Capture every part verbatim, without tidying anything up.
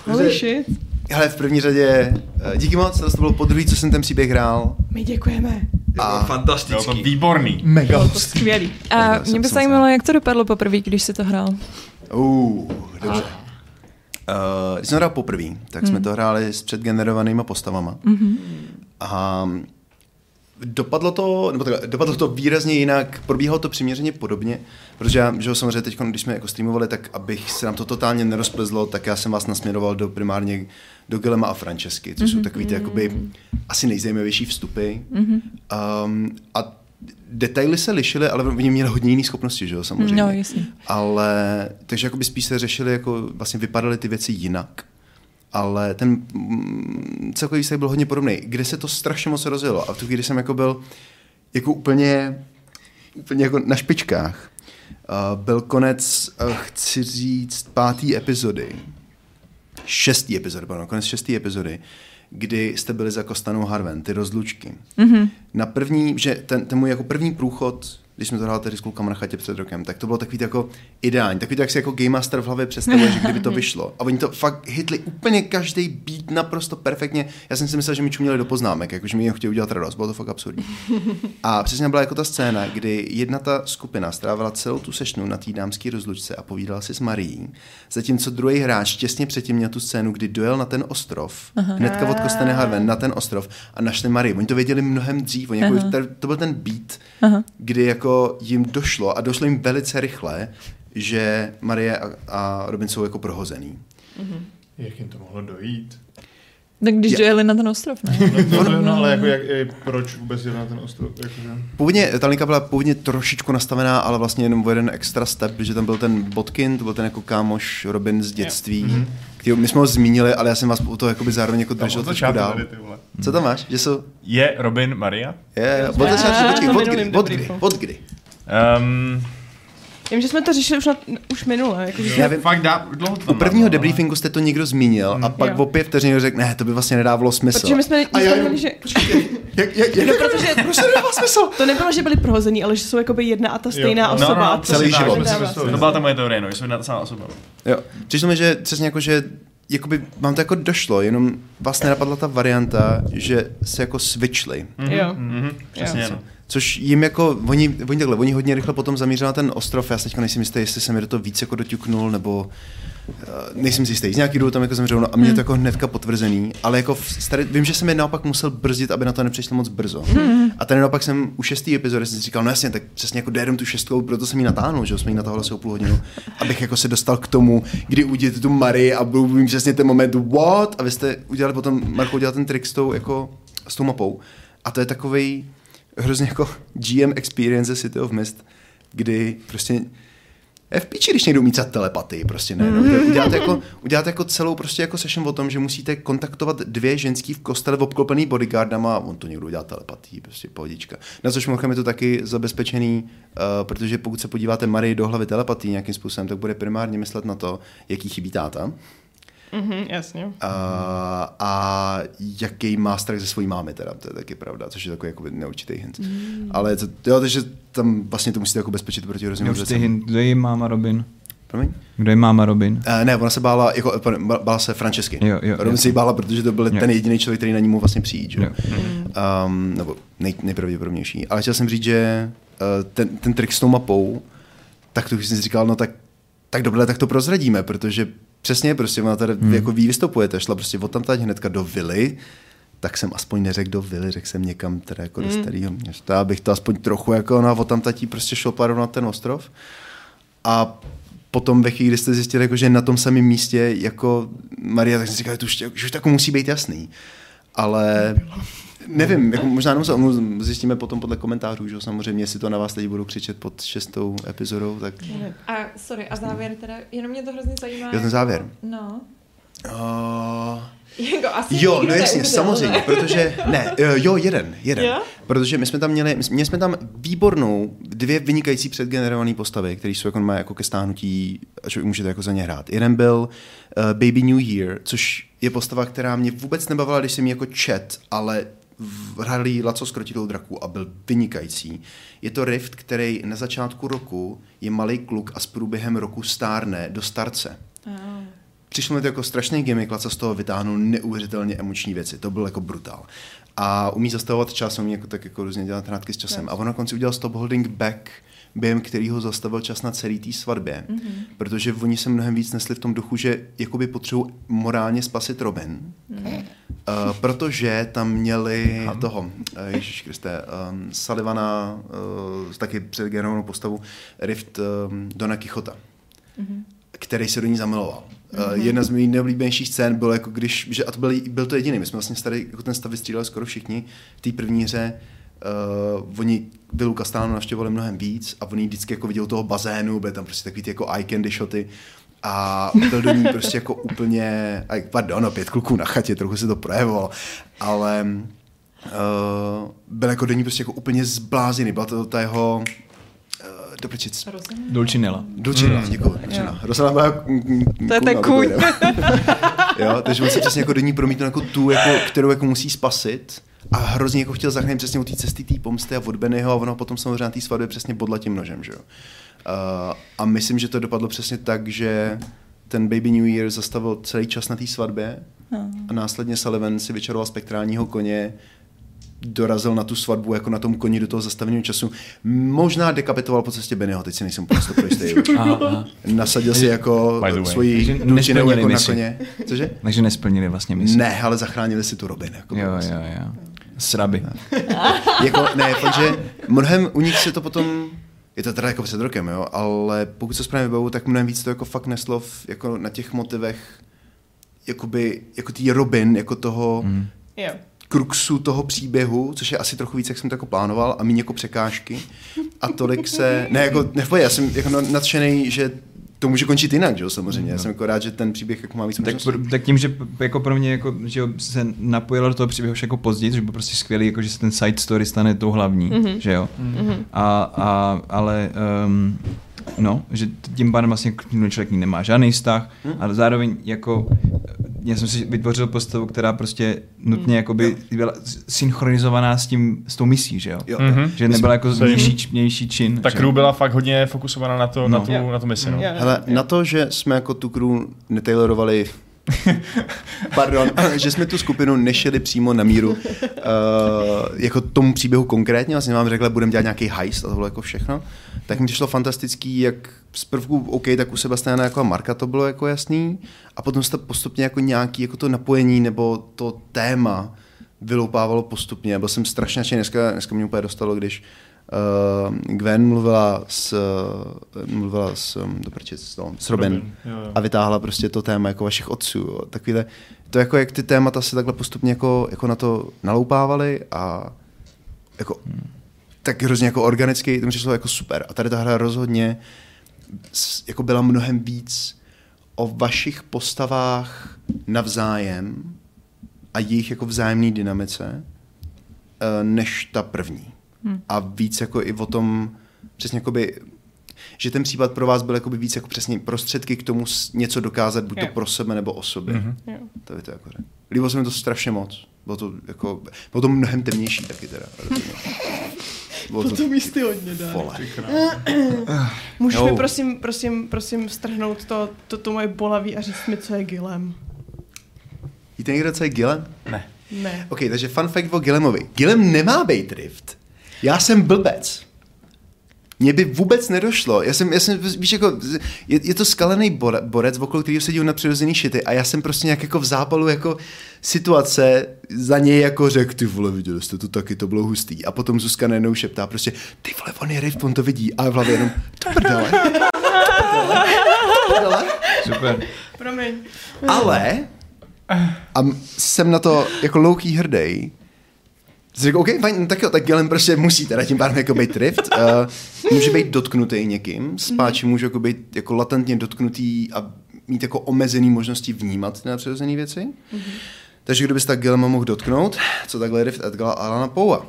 Holy shit. Hele, v první řadě, díky moc, to bylo po druhý, co jsem ten příběh hrál. My děkujeme. A fantastický. Bylo to výborný. Mega. Bylo to skvělý. A mě by zajímalo, jak to dopadlo poprvé, když jsi to hrál. Uh, dobře. Uh, když jsem hrál poprvé, tak jsme hmm. to hráli s předgenerovanýma postavama. Mm-hmm. A dopadlo to, nebo takhle, dopadlo to výrazně jinak, probíhalo to přiměřeně podobně, protože já, že samozřejmě teď, když jsme jako streamovali, tak abych se nám to totálně nerozplezlo, tak já jsem vás nasměroval do primárně do Guillema a Francesky, což mm-hmm. jsou takový ty jakoby asi nejzajímavější vstupy. Mm-hmm. Um, a detaily se lišily, ale oni měli hodně jiné schopnosti, že jo, samozřejmě. No, jasně. Ale, takže jakoby spíš se řešili, jako vlastně vypadaly ty věci jinak. Ale ten mm, celkový výsledek byl hodně podobný, kde se to strašně moc rozjelo. A v tu chvíli jsem jako byl jako úplně, úplně jako na špičkách. Uh, byl konec, uh, chci říct, pátý epizody. Šestý epizody, pardon, konec šestý epizody, kdy jste byli za Kostanou Harven, ty rozlučky. Mm-hmm. Na první, že ten, ten můj jako první průchod, když jsme to hráli tady s klukama na chatě před rokem, tak to bylo takový jako ideální. Takový to, jak si jako Game Master v hlavě představuje, že kdyby to vyšlo. A oni to fakt hitli úplně každý beat naprosto perfektně. Já jsem si myslel, že mi čuměli do poznámek, jakože mi jen chtěli udělat radost. Bylo to fakt absurdní. A přesně byla jako ta scéna, kdy jedna ta skupina strávila celou tu sešnu na té dámské rozlučce a povídala si s Marií, zatímco druhý hráč těsně předtím měl tu scénu, kdy dojel na ten ostrov, Aha. hnedka od Kostany Harven na ten ostrov a našli Marii. Oni to věděli mnohem dřív. Oni jako, to byl ten beat, Aha. kdy jako jim došlo a došlo jim velice rychle, že Marie a, a Robin jsou jako prohozený. Mm-hmm. Jak jim to mohlo dojít? Tak když dojeli na ten ostrov, ne? No, no, no ale jako, jak, proč vůbec jeli na ten ostrov? Jakože... Původně, ta linka byla původně trošičku nastavená, ale vlastně jenom o jeden extra step, že tam byl ten Botkin, to byl ten jako kámoš Robin z dětství, yeah. který, my jsme ho zmínili, ale já jsem vás u toho jakoby zároveň jako držel trošku dál. Tady, co tam máš? Že jsou... Je Robin Maria? Je, od začátku, počkej, od kdy, od kdy, od kdy? Um... Vím, že jsme to řešili už, na, už minule. Jako, že já vím, fakt dá, dlouho to u prvního no, debriefingu jste to někdo zmínil hmm. a pak o pět vteřin řekl, ne, to by vlastně nedávalo smysl. Protože my jsme měli, že... jak, jak, jak, no, protože proč to nedává smysl? To nebylo, že byli prohození, ale že jsou jakoby jedna a ta stejná jo, no, osoba. No, no, celý život. To byla ta moje teorie, no, že jsou jedna ta samá osoba. Jo, přišlo mi, že přesně jako, že jakoby vám to jako došlo, jenom vás nenapadla ta varianta, že se jako switchli. Mm-hmm. Jo. Mm-hmm. Přesně, no. Což jim jako, oni, oni takhle, oni hodně rychle potom zamířili na ten ostrov, já se teďka nejsem jistý, jestli jsem mi do toho víc jako doťuknul, nebo uh, nejsem si jistý, z nějaký důvod tam jako zemřel, no a mě mm. to jako hnedka potvrzený, ale jako starý, vím, že jsem je naopak musel brzdit, aby na to nepřišlo moc brzo. Mm. A tady naopak jsem u šestý epizody jsem si říkal, no jasně, tak přesně jako dojedem tu šestkou, proto jsem ji natáhnul, že jsme ji natáhli asi o půl hodinu, abych jako se dostal k tomu, kdy uděláte tu Marii a byl vím přesně ten moment, what? A vy jste udělali potom, Marko udělal ten trik s tou, jako, s tou mapou. A to je takovej hrozně jako G M experience City of Mist, kdy prostě je v píči, když někdo umí telepatii, prostě ne. No. Uděláte, jako, uděláte jako celou prostě jako session o tom, že musíte kontaktovat dvě ženský v kostele obklopený bodyguardama a on to někdo udělá telepatii, prostě pohodička. Na což mimochodem je to taky zabezpečený, uh, protože pokud se podíváte Marii do hlavy telepatii nějakým způsobem, tak bude primárně myslet na to, jaký chybí táta. Mhm, jasně. Uh, a jaký má strach ze svojí mámy teda, to je taky pravda, což je takový jakoby neurčitý hint. Mm. Ale to, jo, takže tam vlastně to musíte jako bezpečit proti hrozným neurčitý hint, kdo je máma Robin? Promiň? Kdo je máma Robin? Uh, ne, ona se bála, jako, bála se Francesky. Jo, jo, Robin jo. se jí bála, protože to byl jo. ten jediný člověk, který na ní mohl vlastně přijít. Že? Jo. Um, nebo nej, nejpravděpodobnější. Ale chtěl jsem říct, že uh, ten, ten trik s tou mapou, tak to už jsem si říkal, no tak, tak dobře, tak to prozradíme, protože přesně, prostě ona tady hmm. jako vy vystupujete, šla prostě od tam tady hnedka do vily, tak jsem aspoň neřekl do vily, řekl jsem někam teda jako hmm. do starého města, abych to aspoň trochu jako, no od tam tady prostě šlo na ten ostrov. A potom ve chvíli, kdy jste zjistili, jako, že na tom samém místě jako Maria, tak jsem si říkal, že už, že už to jako musí být jasný. Ale nevím, jako možná jenom zjistíme potom podle komentářů, že samozřejmě, jestli to na vás teď budou křičet pod šestou epizodou, tak... A sorry, a závěr teda, jenom mě to hrozně zajímá. Jo, ten závěr. No. Uh... Jako asi jo, no jasně, samozřejmě, protože, ne, jo, jeden, jeden, jo? protože my jsme tam měli, měli jsme tam výbornou, dvě vynikající předgenerované postavy, které jsou jako, jako ke stáhnutí, a člověk můžete jako za ně hrát. Jeden byl uh, Baby New Year, což je postava, která mě vůbec nebavila, když jsem ji jako čet, ale hráli Laco s krotilou draku a byl vynikající. Je to Rift, který na začátku roku je malý kluk a s průběhem roku stárne do starce. Oh. přišlo mi to jako strašný gimmick, Laca z toho vytáhnul neuvěřitelně emoční věci, to byl jako brutál. A umí zastavovat čas, umí jako tak jako různě dělat hrátky s časem. Yes. A on na konci udělal stop holding back, během kterýho zastavil čas na celý té svatbě. Mm-hmm. Protože oni se mnohem víc nesli v tom duchu, že jakoby potřebují morálně spasit Robin. Mm-hmm. Uh, protože tam měli Aha. toho, uh, Ježíš Kriste, um, Sullivana, uh, taky předgenerovanou postavu, Rift um, Dona Quixota, mm-hmm. který se do ní zamiloval. Mm-hmm. Uh, jedna z mých nejoblíbenějších scén bylo jako když, že, a to byl, byl to jediný, my jsme vlastně tady jako ten stav vystřídali skoro všichni v té první hře. Uh, oni Villu Castellano navštěvovali mnohem víc a oni vždycky jako viděl toho bazénu, byly tam prostě takový ty jako eye candy shoty a byl do ní prostě jako úplně, aj, pardon, no, pět kluků na chatě, trochu se to projevovalo, ale uh, byl jako do ní prostě jako úplně zblázený, byla to ta jeho Doprčic. Dulcinella. Dulcinella, mm. děkuji. Rosana byla jako... To je ten kůň. Jo, takže on se přesně jako do ní promítnul jako tu, jako, kterou jako musí spasit a hrozně jako chtěl zachránit přesně od té cesty té pomsty a od Bennyho a ono potom samozřejmě na té svatbě přesně bodla tím nožem, že jo. Uh, a myslím, že to dopadlo přesně tak, že ten Baby New Year zastavil celý čas na té svatbě no. a následně Sullivan si vyčaroval spektrálního koně, dorazil na tu svatbu jako na tom koni do toho zastaveného času. Možná dekapitoval po cestě Bennyho, teď si nejsem prostě pro jistý. Nasadil si jako svoji Dulcineu jako na koně. Cože? Takže nesplnili vlastně misi. Ne, ale zachránili si tu Robin. Jako jo, jo, jo. Sraby. jako, ne, protože mnohem u nich se to potom, je to teda jako před rokem, jo, ale pokud se správně vybavu, tak mnohem víc to jako fakt neslo v, jako na těch motivech jakoby, jako tý Robin, jako toho mm. kruxu toho příběhu, což je asi trochu víc, jak jsem to jako plánoval, a míň jako překážky. A tolik se, ne, jako, nefoj, já jsem jako nadšenej, že to může končit jinak, že jo, samozřejmě. Já jsem jako rád, že ten příběh jako má víc tak, tak tím, že jako pro mě jako, že se napojilo do toho příběhu už jako později, že byl prostě skvělý, jako, že se ten side story stane tou hlavní, mm-hmm. že jo. Mm-hmm. A, a, ale um, no, že tím pádem vlastně člověk nemá žádný vztah, mm. ale zároveň jako já jsem si vytvořil postavu, která prostě nutně jakoby byla synchronizovaná s tím, s tou misí, že jo? jo. Mm-hmm. Že nebyla jako vnější, vnější čin. Ta crew byla fakt hodně fokusovaná na to, no. na tu, na tu misi, no. Hele, na to, že jsme jako tu crew netailorovali pardon, že jsme tu skupinu nešili přímo na míru uh, jako tomu příběhu konkrétně, vlastně vám řekla, budeme dělat nějaký heist a to bylo jako všechno, tak mi to šlo fantastický, jak z prvku OK, tak u Sebastiana jako Marka to bylo jako jasný a potom se to postupně jako nějaký jako to napojení nebo to téma vyloupávalo postupně. Byl jsem strašně nadšený, dneska, dneska mě úplně dostalo, když Uh, Gwen mluvila s, uh, mluvila s, um, doprčit, s, no, s Robin, Robin. Jo, jo. A vytáhla prostě to téma jako vašich otců. Jo. Takovýhle, to jako jak ty témata se takhle postupně jako, jako na to naloupávaly a jako, hmm. tak hrozně jako organicky, to mi přišlo jako super. A tady ta hra rozhodně jako byla mnohem víc o vašich postavách navzájem a jejich jako vzájemné dynamice, uh, než ta první. Hmm. A víc jako i o tom, přesně jakoby, že ten případ pro vás byl jakoby víc jako přesně prostředky k tomu něco dokázat, buď to pro sebe nebo o sobě. Mm-hmm. To by to jako řekl. Líbilo se mi to strašně moc. Bylo to jako, bylo to mnohem temnější taky teda. Bylo to, to místy hodně dá. Můžeš mi prosím, prosím, prosím strhnout to, to, to moje bolaví a říct mi, co je Gilem. Víte někdo, co je Gilem? Ne. Ne. Ok, takže fun fact o Gilemovi. Gilem nemá bejt Rift. Já jsem blbec. Mně by vůbec nedošlo. Já jsem, já jsem víš, jako, je, je to skalený borec, okolo kterého sedí na přirozený šity a já jsem prostě nějak jako v zápalu jako situace za něj jako řekl, ty vole, viděli jste to taky, to bylo hustý. A potom Zuzka najednou šeptá prostě, ty vole, on je Rift, on to vidí. A v hlavě jenom, to prdele. Prdele. Super. Promiň. Ale, a jsem na to jako low-key hrdej, řekl, OK, fajn, tak jo, tak Gilem prostě musí teda tím pádem jako být Rift. Uh, může být dotknutý někým, spáči může jako být jako latentně dotknutý a mít jako omezený možnosti vnímat ty nadpřirozené věci. Mm-hmm. Takže kdo by se tak Gilema mohl dotknout, co takhle Rift Edgara Allana Poea.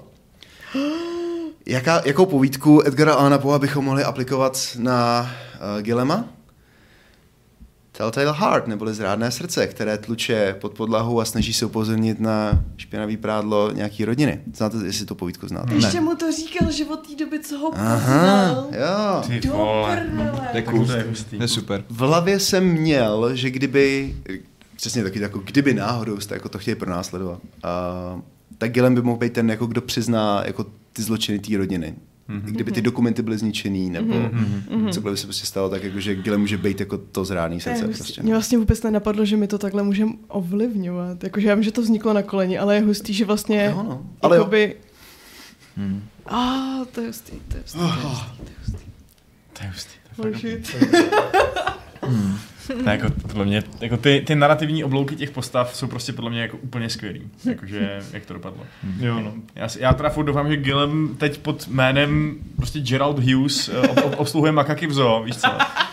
Jaká, jakou povídku Edgara Allana Poea bychom mohli aplikovat na uh, Gilema? Telltale Heart, neboli Zrádné srdce, které tluče pod podlahu a snaží se upozornit na špinavý prádlo nějaký rodiny. Znáte, jestli to povídku znáte? Ještě ne. mu to říkal, že od té doby, co ho Aha, poznal. jo. Ty vole. To je cool. To je super. V hlavě jsem měl, že kdyby, přesně taky jako kdyby náhodou jste jako to chtěli pronásledovat, uh, tak Gillen by mohl být ten, jako kdo přizná jako ty zločiny té rodiny. Mm-hmm. Kdyby ty dokumenty byly zničený, nebo mm-hmm. cokoliv by se prostě stalo, tak jako, že Gillen může být jako to zrádný srdce. Prostě. Mě vlastně vůbec nenapadlo, že mi to takhle můžeme ovlivňovat. Jakože já vím, že to vzniklo na koleni, ale je hustý, že vlastně jo, no. ale jakoby... Hmm. A ah, to je hustý, to je hustý, to je hustý. To je hustý. To je hustý. Hmm. Ne, jako, podle mě, jako ty, ty narrativní oblouky těch postav jsou prostě podle mě jako úplně skvělý. Jakože, jak to dopadlo. Jo, no. Já, já teda furt doufám, že Gillen teď pod jménem prostě Gerald Hughes ob, ob, obsluhuje makaky v zoo, víš co?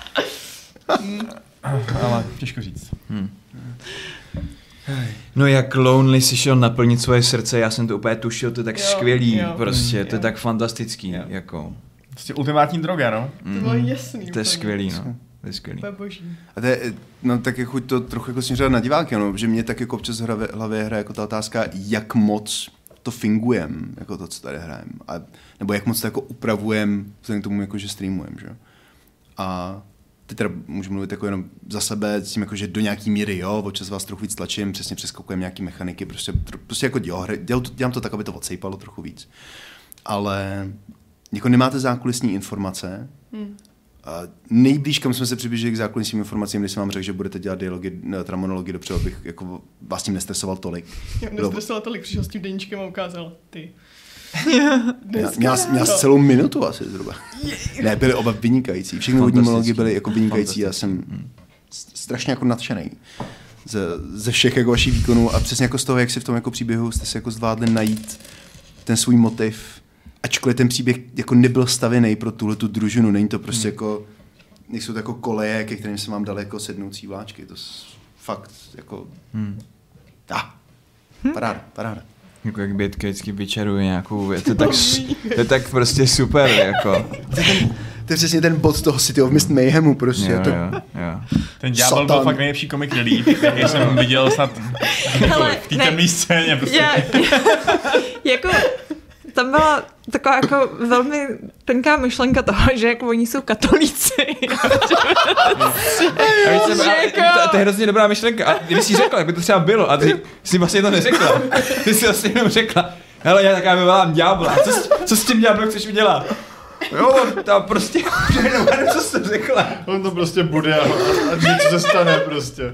Ale těžko říct. Hmm. No jak Lonely si šel naplnit svoje srdce, já jsem to úplně tušil, to je tak jo, skvělý, jo, prostě, to je tak fantastický, jo. Jako. Prostě ultimátní droga, no? Mm. To bylo jasný. To je skvělý, no. To je skvělý. A to je, no tak je chuť to trochu jako směřovat na diváky, no, že mě tak jako občas v hlavě hraje jako ta otázka, jak moc to fingujem, jako to, co tady hrajem. A, nebo jak moc to jako upravujem vzhledem k tomu, jako, že streamujem, že? A teď teda můžu mluvit jako jenom za sebe, s tím jako, že do nějaký míry, jo, občas vás trochu víc tlačím, přesně přeskakujem nějaký mechaniky, prostě, prostě jako jo, dělám to, dělám to tak, aby to odsejpalo trochu víc. Ale jako nemáte zákulisní informace. Hmm. A nejblíž, kam jsme se přiblížili k zákulisním informacím, když jsem vám řekl, že budete dělat dialogy, teda monology dopředu, abych jako vás tím nestresoval tolik. Já nestresoval tolik, přišel s tím deníčkem a ukázal ty. Měl jsi celou minutu asi zhruba. Ne, byly oba vynikající. Všechny vodní monology byly jako vynikající. Já jsem strašně jako nadšený ze, ze všech jako vašich výkonů a přesně jako z toho, jak si v tom jako příběhu jste si jako zvládli najít ten svůj motiv. Ačkoliv ten příběh jako nebyl stavěný pro tuhletu družinu, není to prostě hmm. jako, nejsou to jako koleje, ke kterým se vám dali jako sednoucí vláčky, to fakt jako, hmm. ah, paráda, paráda. Jako jak Bětka vždycky vyčaruje nějakou, je to tak, to je tak prostě super, jako. To je, ten, to je přesně ten bod toho City of Mist Mayhemu, prostě. Jo, to, jo, jo. Ten ďábel byl fakt nejlepší komik relief, jaký jsem viděl snad v té temné scéně. Prostě. Já, jako... Tam byla taková jako velmi tenká myšlenka toho, že jako oni jsou katolíci. To je hrozně dobrá myšlenka. A kdyby jsi řekla, jak by to třeba bylo, a ty jsi vlastně to neřekla. Ty jsi vlastně jenom řekla, hele, já taká vyvolám ďábla. Co, co s tím ďáblem chceš udělat? Jo, tam prostě, jenom, co jsi to řekla. On to prostě bude a, a nic se stane prostě.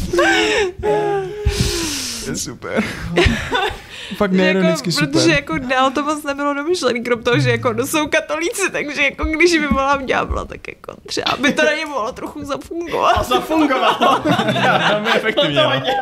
Je super. Fakt neironicky jako, super. Protože jako dál to moc nebylo domyšlený, krom toho, že jako no jsou katolíci, takže jako když vyvolám ďábla, tak jako třeba by to na ně mohlo trochu zafungovat. A zafungovalo. Velmi efektivně.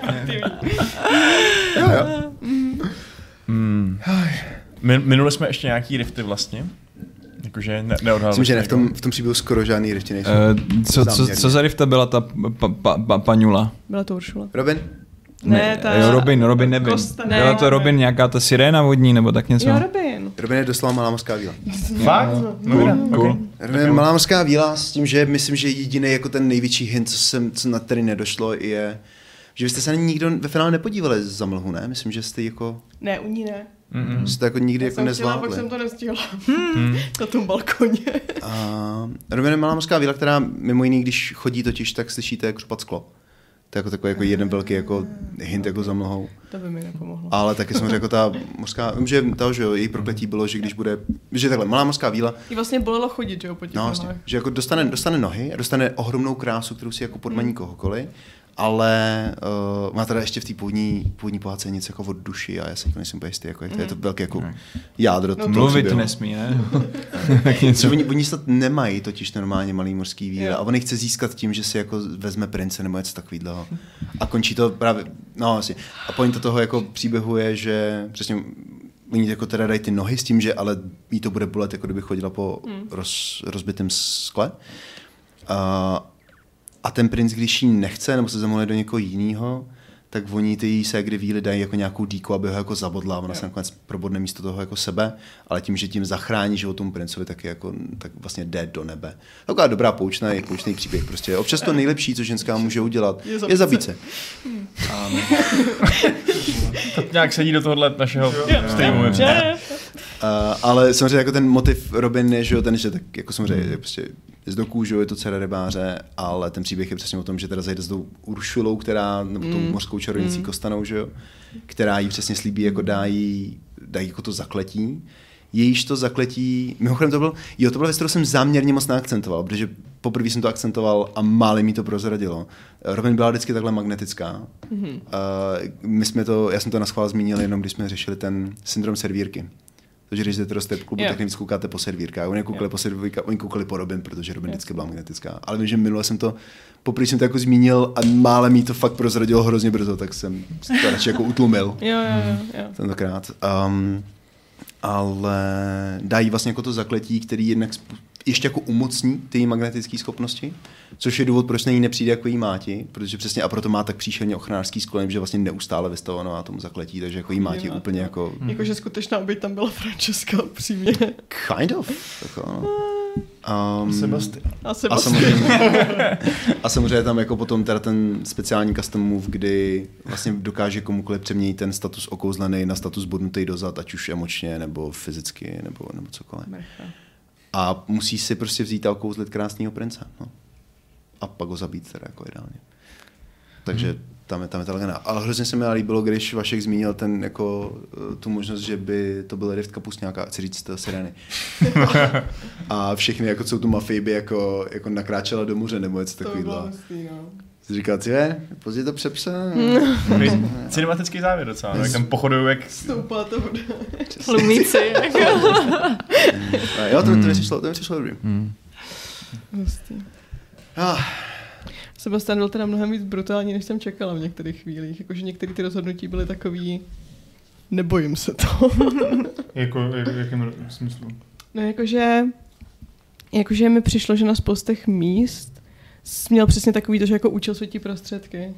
Jo, jo. Mm. Minuli jsme ještě nějaký rifty vlastně? Jakože ne, neodhalili. Myslím, že ne, v tom, v tom příběhu skoro žádný rifty nejsou. Uh, co, co, co za rifta byla ta pa, pa, pa, paňula? Byla to Uršula. Robin? Ne, ta... Jo, Robin, Robin nevím. Kosta, ne, byla to Robin, nějaká ta siréna vodní, nebo tak něco? Jo, Robin. Robin je doslova malá mořská víla. Fakt? No, cool, no, cool. Okay. Robin je malá mořská víla s tím, že myslím, že jediný jako ten největší hint, co, jsem, co na který nedošlo, je, že vy jste se na ní nikdo ve finále nepodívali za mlhu, ne? Myslím, že jste jako... Ne, u ní ne. Mm-mm. Jste jako nikdy Já jako jsem nezvládli. Chtěla, pak jsem to nestihla. Hmm. Na tom balkoně. A Robin je malá mořská víla, která mimo jiný, když chodí totiž, tak slyšíte jak křupat sklo. To je jako takový jako jeden velký jako hint jako za mlhou. To by mi nepomohlo. Ale taky samozřejmě jako ta mořská, vím, že, to, že jo, její prokletí bylo, že když bude, že takhle, malá mořská víla. Jí vlastně bolelo chodit, že jo, po těch no, vlastně, že jako dostane, dostane nohy a dostane ohromnou krásu, kterou si jako podmaní hmm. kohokoliv, ale uh, má teda ještě v té původní, původní pohádce něco jako od duši a já se jako nejsem úplně jistý, jako, jak to je to velké jako jádro. No, mluvit nesmí, ne? oni, oni snad nemají totiž normálně malý mořský víl a on chce získat tím, že si jako vezme prince nebo něco takového. A končí to právě, no asi. A pointa toho jako příběhu je, že přesně oni jako teda dají ty nohy s tím, že ale jí to bude bolet, jako kdyby chodila po mm. roz, rozbitém skle. A, a ten princ, když jí nechce, nebo se zamluvuje do někoho jiného, tak oni ty její ségry víly dají jako nějakou díku, aby ho jako zabodla, ona se nakonec probodne místo toho jako sebe, ale tím, že tím zachrání život tomu princovi, tak, jako, tak vlastně jde do nebe. Taková dobrá poučná, je poučný příběh. Prostě občas to nejlepší, co ženská může udělat, je, je zabít se. To nějak sedí do tohohle našeho streamu. Uh, ale samozřejmě jako ten motiv Robin je, že jo, ten, že tak jako samozřejmě je prostě z doků, že jo, je to dcera rybáře, ale ten příběh je přesně o tom, že teda zajde s tou Uršulou, která, nebo tou Mm. mořskou čarodějnicí Mm. Kostanou, že jo, která jí přesně slíbí, jako dá jí, dá jí jako to zakletí. Jejíž to zakletí, mimochodem to byl, jo, to byla věc, kterou jsem záměrně moc neakcentoval, protože poprvé jsem to akcentoval a málem mi to prozradilo. Robin byla vždycky takhle magnetická. Mm-hmm. Uh, my jsme to, já jsem to naschvál zmínil jenom, když jsme řešili ten syndrom servírky. Takže když jdete do step klubu, yeah. tak nejvíc koukáte po servírkách. Oni koukali yeah. po servírkách, oni koukali po Robin, protože Robin yeah. vždycky byla magnetická. Ale vím, že minule jsem to, poprvé jsem to jako zmínil a málem mi to fakt prozradilo hrozně brzo, tak jsem to radši jako utlumil. Jo, jo, jo. Tentokrát. Um, ale dají vlastně jako to zakletí, který jednak ještě jako umocní ty magnetické schopnosti, což je důvod, proč na ní nepřijde jako jí máti, protože přesně a proto má tak příšerně ochranářský sklon, že vlastně neustále vystavovaná na tomu zakletí, takže jako jí máti Má úplně to. jako... Hmm. Jakože skutečná oběť tam byla Francesca, upřímně. Kind of. Tako, no. Um, Sebastian. A a Sebastian. samozřejmě, a samozřejmě tam jako potom teda ten speciální custom move, kdy vlastně dokáže komukoliv přeměnit ten status okouzlený na status bodnutý dozad, ať už emočně, nebo fyzicky, nebo, nebo cokoliv. Mercha. A musí si prostě vzít a okouzlit krásného prince. No. A pak ho zabít teda jako ideálně. Takže hmm. tam je, tam je ta legenda. Ale hrozně se mi líbilo, když Vašek zmínil ten, jako, tu možnost, že by to byl rift kapustňáka, chci říct Sireny. A všechny, jako co tu mafii by jako, jako nakráčela do moře, nebo něco takovýhle. No. Jsi říkal, ty je, později to přepře. Cinematický závěr docela, jak tam pochodují, jak... Stoupá to voda. Lumíci. Jako. Jo, to, to mi přišlo, to mi přišlo dobrý. Hmm. Hustý. Ah. Sebastian byl teda mnohem víc brutální, než jsem čekala v některých chvílích. Jakože některé ty rozhodnutí byly takový... Nebojím se to. jako, jak, v jakém smyslu? No jakože... Jakože mi přišlo, že na spoustech míst měl přesně takový to, že jako účel světí prostředky.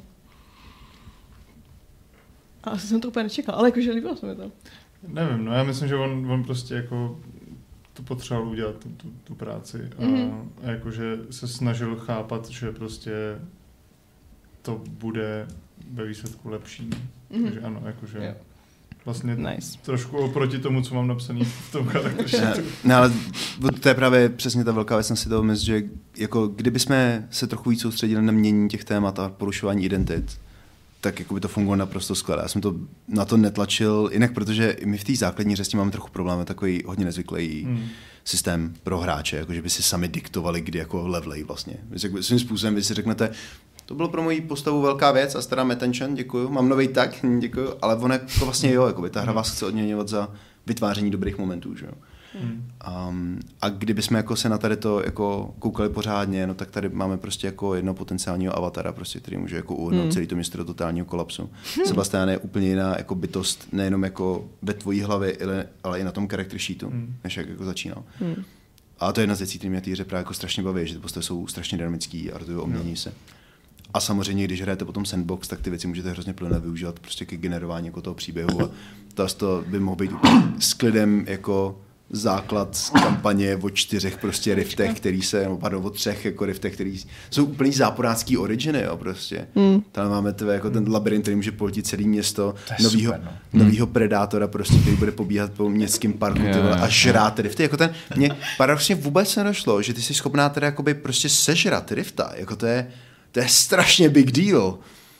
A asi jsem to úplně nečekala, ale jakože líbilo se mi to. Nevím, no já myslím, že on, on prostě jako to potřeboval udělat, tu, tu, tu práci a, Mm-hmm. a jakože se snažil chápat, že prostě to bude ve výsledku lepší. Mm-hmm. Takže ano, jakože Jo. vlastně Nice. trošku oproti tomu, co mám napsaný v tom charakteru. Ne, ne, ale to je právě přesně ta velká věc, jsem si toho mysl, že jako kdyby jsme se trochu víc soustředili na měnění těch témat a porušování identit, tak jako by to fungovalo naprosto skvěle. Já jsem to na to netlačil, jinak protože my v té základní řesti máme trochu problém, takový hodně nezvyklý hmm. systém pro hráče, jako že by si sami diktovali, kdy jako levelej vlastně. Svým způsobem vy si řeknete, to bylo pro moji postavu velká věc a starám attention, děkuju, mám nový tag, děkuju, ale ono jako vlastně jo, jako by ta hra vás chce odměňovat za vytváření dobrých momentů, že jo. Hmm. Um, a kdyby jsme jako se na tady to jako koukali pořádně, no tak tady máme prostě jako jedno potenciálního avatara, prostě, který může jako uhodnout hmm. celý to město do totálního kolapsu. Hmm. Sebastian je úplně jiná jako bytost, nejenom jako ve tvojí hlavě, ale i na tom character sheetu, hmm. než jak jako začínal. Hmm. A to je jedna z věcí, které mě té hře právě jako strašně baví, že ty postavy jsou strašně dynamický a rotují, obmění se. A samozřejmě, když hrajete potom sandbox, tak ty věci můžete hrozně plně využívat prostě ke generování jako toho příběhu a to by mohl být s klidem jako základ z kampaně o čtyřech prostě riftech, který se, nebo pardon, o třech jako riftech, který jsou úplný záporácký originy, jo, prostě. Mm. Tam máme tvé, jako ten labirint, který může poltit celé město, novýho, super, no. novýho predátora, prostě, který bude pobíhat po městském parku yeah, tyhle, a žrát rifty. Jako ten, mě paradoxně vůbec nedošlo, že ty jsi schopná teda jakoby prostě sežrat rifta, jako to je, to je strašně big deal.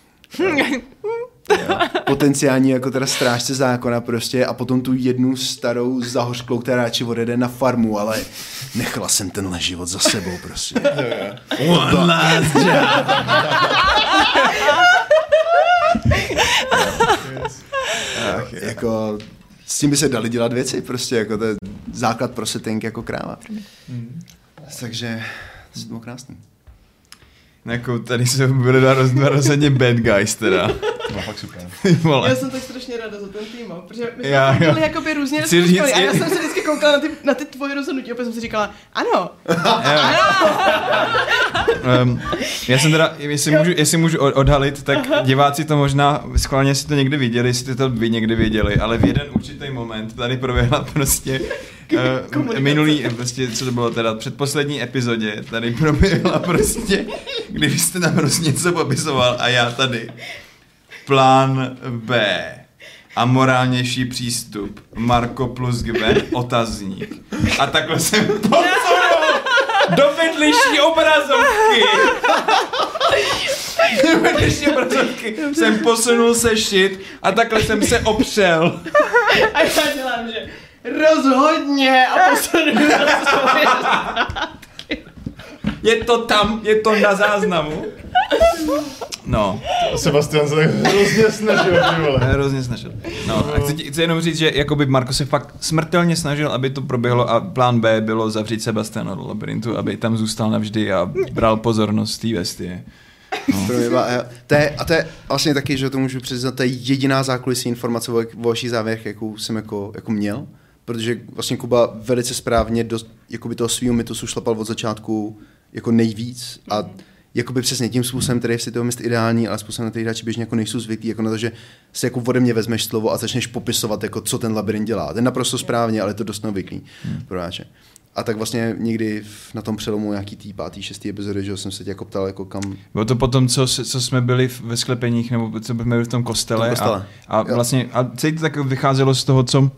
Potenciální jako teda strážce zákona prostě a potom tu jednu starou zahořklou, která radši odjede na farmu, ale nechala jsem tenhle život za sebou prostě. One last job. Ach, jako s tím by se dali dělat věci prostě, jako to je základ pro setting jako kráva. Mm. Takže to bylo krásný. Jako tady se byli rozhodně bad guys teda. To bylo fakt super. Já jsem tak strašně ráda za ten tým, protože my já, jsme byli jakoby různě rozpočkali a já jsem se vždycky koukala na ty, na ty tvoje rozhodnutí a opět jsem si říkala, ano, ano. um, já jsem teda, jestli můžu, jestli můžu odhalit, tak diváci to možná schválně si to někdy viděli, jestli to vy někdy viděli, ale v jeden určitý moment tady proběhla prostě uh, minulý, prostě, co to bylo teda, předposlední epizodě, tady proběhla prostě, když jste tam prostě něco popisoval a já tady plán B a morálnější přístup Marko plus Gwen, otazník. A takhle jsem posunul do vedlejší obrazovky. Do vedlejší obrazovky jsem posunul sešit a takhle jsem se opřel. A já dělám, že rozhodně a posunu Je to tam, je to na záznamu. No. Sebastian se tak hrozně snažil, ty vole. Hrozně snažil. No, a chci, chci jenom říct, že jakoby Marko se fakt smrtelně snažil, aby to proběhlo a plán B bylo zavřít Sebastiana do labirintu, aby tam zůstal navždy a bral pozornost té bestie. No. To je, a to je vlastně taky, že to můžu přiznat, to je jediná zákulisní informace o, o vašich závěrech, jakou jsem jako, jako měl, protože vlastně Kuba velice správně do jakoby toho svýho mytosu šlapal od začátku jako nejvíc a jakoby přesně tím způsobem, který je si toho mysl ideální, ale způsobem, na který hráči běžně jako nejsou zvyklí, jako na to, že si jako ode mě vezmeš slovo a začneš popisovat, jako co ten labirint dělá. Ten naprosto správně, ale je to dost neobvyklý hmm. pro hráče. A tak vlastně někdy na tom přelomu nějaký tý pátý, šestý epizody, že jsem se tě jako ptal, jako kam... Bylo to potom, co, co jsme byli ve sklepeních, nebo co jsme byli v tom kostele, v tom kostele. A, a vlastně, a celý to tak vycházelo z toho, co, uh,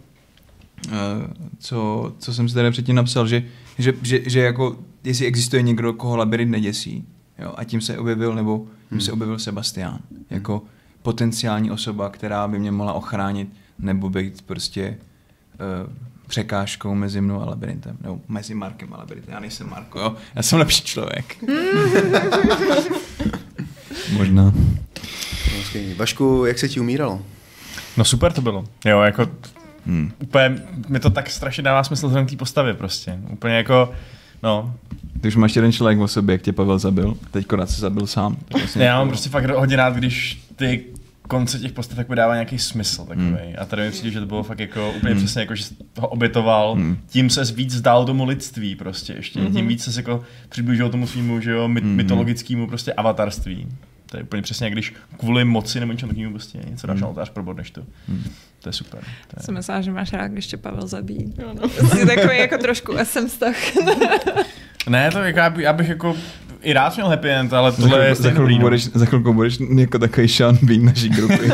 co, co jsem si tady předtím napsal, že, že, že, že jako, jestli existuje někdo, koho labirint neděsí, jo, a tím se objevil, nebo tím hmm. se objevil Sebastián, jako potenciální osoba, která by mě mohla ochránit, nebo být prostě uh, překážkou mezi mnou a labirintem, nebo mezi Markem a labirintem. Já nejsem Marko, jo, já jsem lepší člověk. Možná. Vašku, jak se ti umíralo? No super to bylo. Jo, jako hmm. úplně mi to tak strašně dává smysl vzhledem k té postavě prostě. Úplně jako, no. Ty už máš jeden člověk o sobě, jak tě Pavel zabil, teď korát se zabil sám. Vlastně já mám prostě fakt hodně rád, když ty konce těch postav tak dává nějaký smysl takový. Hmm. A tady mi přijde, že to bylo fakt jako úplně hmm. přesně jako, že ho obětoval, hmm. tím se víc vzdál tomu lidství prostě ještě. Hmm. Tím víc se jako přiblížil tomu svýmu, že jo, my, hmm. mytologickému prostě avatarství. To je úplně přesně, když kvůli moci nebo něčemu takovému prostě něco dáš hmm. na oltář, probodneš to. Hmm. To je super. To je... Jsem myslela, že máš rád, když tě Pavel zabíjí. Jo, no. Jsi takový jako trošku es em vztah. Ne, to jako, já, by, já bych jako i rád měl happy end, ale tohle je stejně dobrý. Budeš, za chvilku budeš jako takový Sean Bean naší grupy.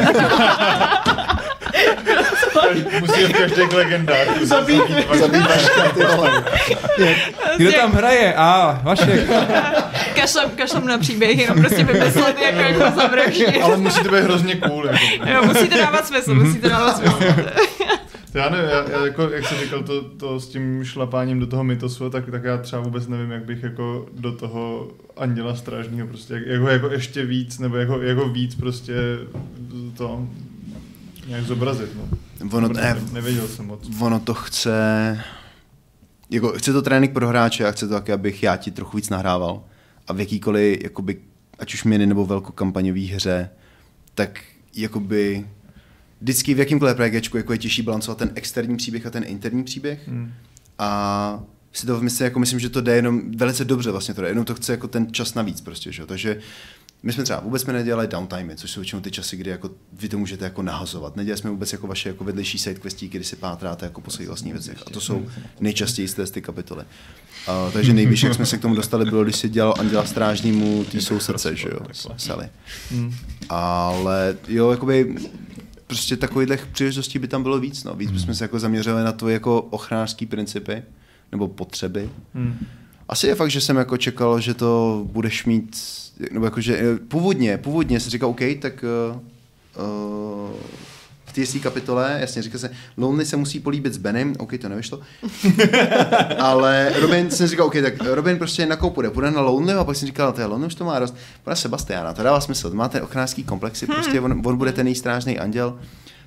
Musí v každých legendách. Zabít Vaška, ty vole. Kdo tam hraje? A, Vašek. Kašlem, kašlem na příběh, jenom prostě vymyslet, jako, jako zavraždí. Ale musí to být hrozně cool. Jako. Jo, musí to dávat smysl, musí to dávat smysl. Já nevím, já, já jako, jak jsi říkal to, to s tím šlapáním do toho mytosu, tak, tak já třeba vůbec nevím, jak bych jako do toho anděla strážního prostě, jak, jak ho jako ještě víc, nebo jako, jako víc prostě to nějak zobrazit, no. Ono, ne, nevěděl jsem moc. Ono to chce, jako chce to trénink pro hráče a chce to taky, abych já ti trochu víc nahrával a v jakýkoliv, jakoby, ať už mini nebo velkokampaňový hře, tak jakoby vždycky v jakýmkoliv RPGčku jako je těžší balancovat ten externí příběh a ten interní příběh. Hmm. A si to myslím, jako myslím, že to jde jenom velice dobře vlastně to jde, jenom to chce jako ten čas navíc prostě, že? Takže my jsme třeba vůbec jsme nedělali downtime, což jsou většinou ty časy, kdy jako vy to můžete jako nahazovat. Nedělali jsme vůbec jako vaše jako vedlejší sidequestí, kdy si pátráte jako po svých vlastních věcech. A to jsou nejčastěji z ty kapitoly. Uh, takže nejvíc, jak jsme se k tomu dostali, bylo, když si dělal anděla strážnímu tý sousedce, že jo, Sally. Hmm. Ale jo, jakoby prostě takových příležitostí by tam bylo víc, no. Víc hmm. bychom se jako zaměřili na to jako ochranářský principy nebo potřeby. Hmm. Asi je fakt, že jsem jako čekal, že to budeš mít, nebo jako, že původně, původně jsem říkal, OK, tak uh, uh, v té kapitole, jasně, říkal se, Lonely se musí políbit s Benem, OK, to nevyšlo, ale Robin jsem říkal, OK, tak Robin prostě na koupě, půjde na Lonely a pak jsem říkal, to je Lonely, už to má dost, půjde Sebastiana, to dává smysl, máte ochranářský komplexy, hmm. prostě on, on bude ten nejstrážný anděl,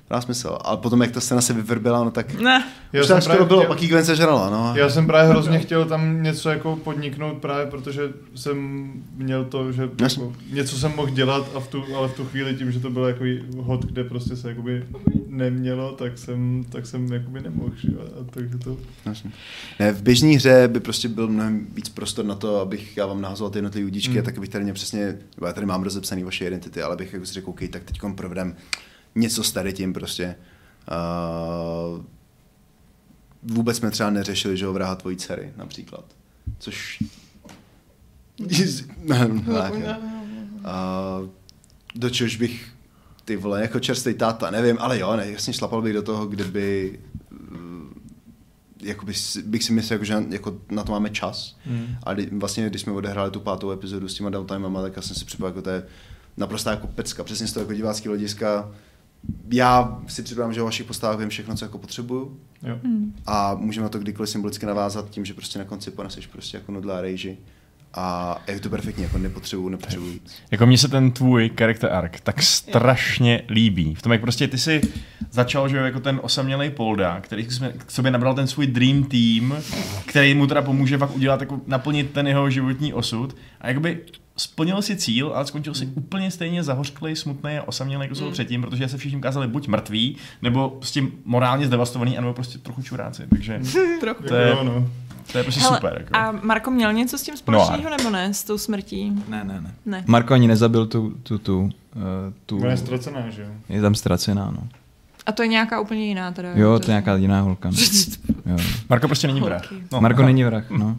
Dá smysl. A potom, jak ta scéna se vyvrbila, no tak... Ne. Já Už jsem tak právě to bylo, chtěl- pak jí Gwen sežrala, no. Já jsem právě hrozně chtěl tam něco jako podniknout právě, protože jsem měl to, že jako něco jsem mohl dělat, a v tu, ale v tu chvíli tím, že to byl jako hod, kde prostě se jakoby nemělo, tak jsem, tak jsem jakoby nemohl, že? A takže to... Jasně. Ne, v běžné hře by prostě byl mnohem víc prostor na to, abych já vám nahazoval ty jednotlivé udíčky mm. a tak bych tady mě přesně, já tady mám rozepsaný vaše identity, ale bych jako si řekl, OK, tak teďkom provedem něco s tady tím prostě. Uh, vůbec jsme třeba neřešili, že ho vraha tvojí dcery, například. Což... uh, do čehož bych, ty vole, jako čerstvý táta, nevím, ale jo, ne, jasně šlapal bych do toho, kdyby jakoby, bych si myslel, jako, že jako na to máme čas. Hmm. A kdy, vlastně, když jsme odehráli tu pátou epizodu s těma downtimama, tak já jsem si připadal, jako to je naprostá jako pecka. Přesně z toho jako diváckého hlediska. Já si připadám, že o vašich postavách vím všechno, co jako potřebuju. Jo. Hmm. A můžeme na to kdykoliv symbolicky navázat tím, že prostě na konci poneseš prostě jako nudla a rejži. A je to perfektní, jako nepotřebuju, nepotřebuju víc. Jako mně se ten tvůj character arc tak strašně líbí. V tom, jak prostě ty si začal, že jo, jako ten osamělej Polda, který k sobě nabral ten svůj dream team, který mu teda pomůže pak udělat, jako naplnit ten jeho životní osud. A jakoby splnil si cíl, ale skončil si úplně stejně zahořklej, smutný a osamělej, jako jsou předtím, protože se všichni ukázali buď mrtví, nebo s tím morálně zdevastovaný, anebo prostě trochu čuráci. Takže to je, to je prostě Hele, super. Jako. A Marko měl něco s tím společného, no, nebo ne, s tou smrtí? Ne, ne, ne. Ne. Marko ani nezabil tu... tu, tu, uh, tu Ona je ztracená, že jo? Je tam ztracená, no. A to je nějaká úplně jiná teda. Jo, to je nějaká jiná holka. No. Jo. Marko prostě není vrah. No, Marko není vrah, no.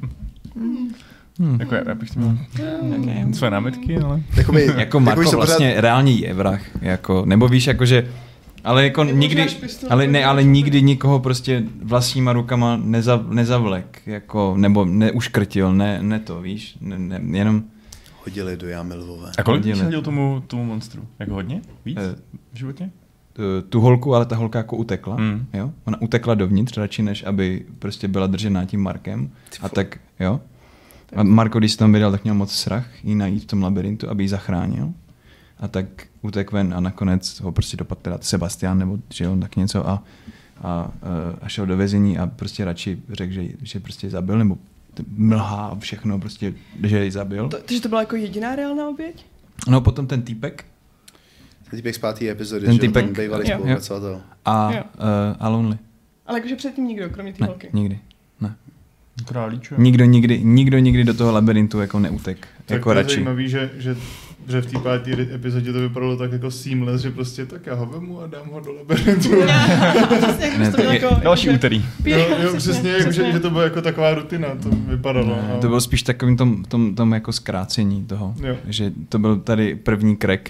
Hmm. Jako já bych to měl okay. své námitky, ale... Jakoby, jako Marko jako vlastně pořád... reálně je vrah, jako, nebo víš, jakože, ale jako nikdy, ale ne, ale nikdy nikoho prostě vlastníma rukama neza, nezavlek, jako, nebo neuškrtil, ne, ne to, víš, ne, ne, jenom... Hodili do jámy lvové. A kolik jsi hodil tomu, tomu monstru? Jako hodně? Víc? E, v životě? Tu holku, ale ta holka jako utekla, hmm. jo, ona utekla dovnitř radši, než aby prostě byla držená tím Markem, a tak, jo. A Marko, když se tam vydal, tak měl moc strach jí najít v tom labirintu, aby ji zachránil. A tak utek ven a nakonec ho prostě dopadl teda Sebastian, nebo že on tak něco a, a, a šel do vězení a prostě radši řekl, že, že prostě zabil, nebo mlhá a všechno, prostě, že ji zabil. To, takže to byla jako jediná reálná oběť? No potom ten týpek. Ten týpek z páté epizody, ten že týpek, bývalý spolupracovatel. A, uh, a Lonely. Ale jakože předtím nikdo, kromě té ne, holky. nikdy. Ne. Králíčo. Nikdo nikdy, nikdo nikdy do toho labirintu jako neutek. Tak jako to je radši. zajímavý, že, že, že v té páté epizodě to vypadalo tak jako seamless, že prostě tak já ho vemu a dám ho do labirintu. Ne, to jako, další úterý. Jo, jo, přesně, jako, že, že to byla jako taková rutina, to vypadalo. Ne, a... to bylo spíš takovým tom, tom, tom jako zkrácení toho, jo. že to byl tady první crack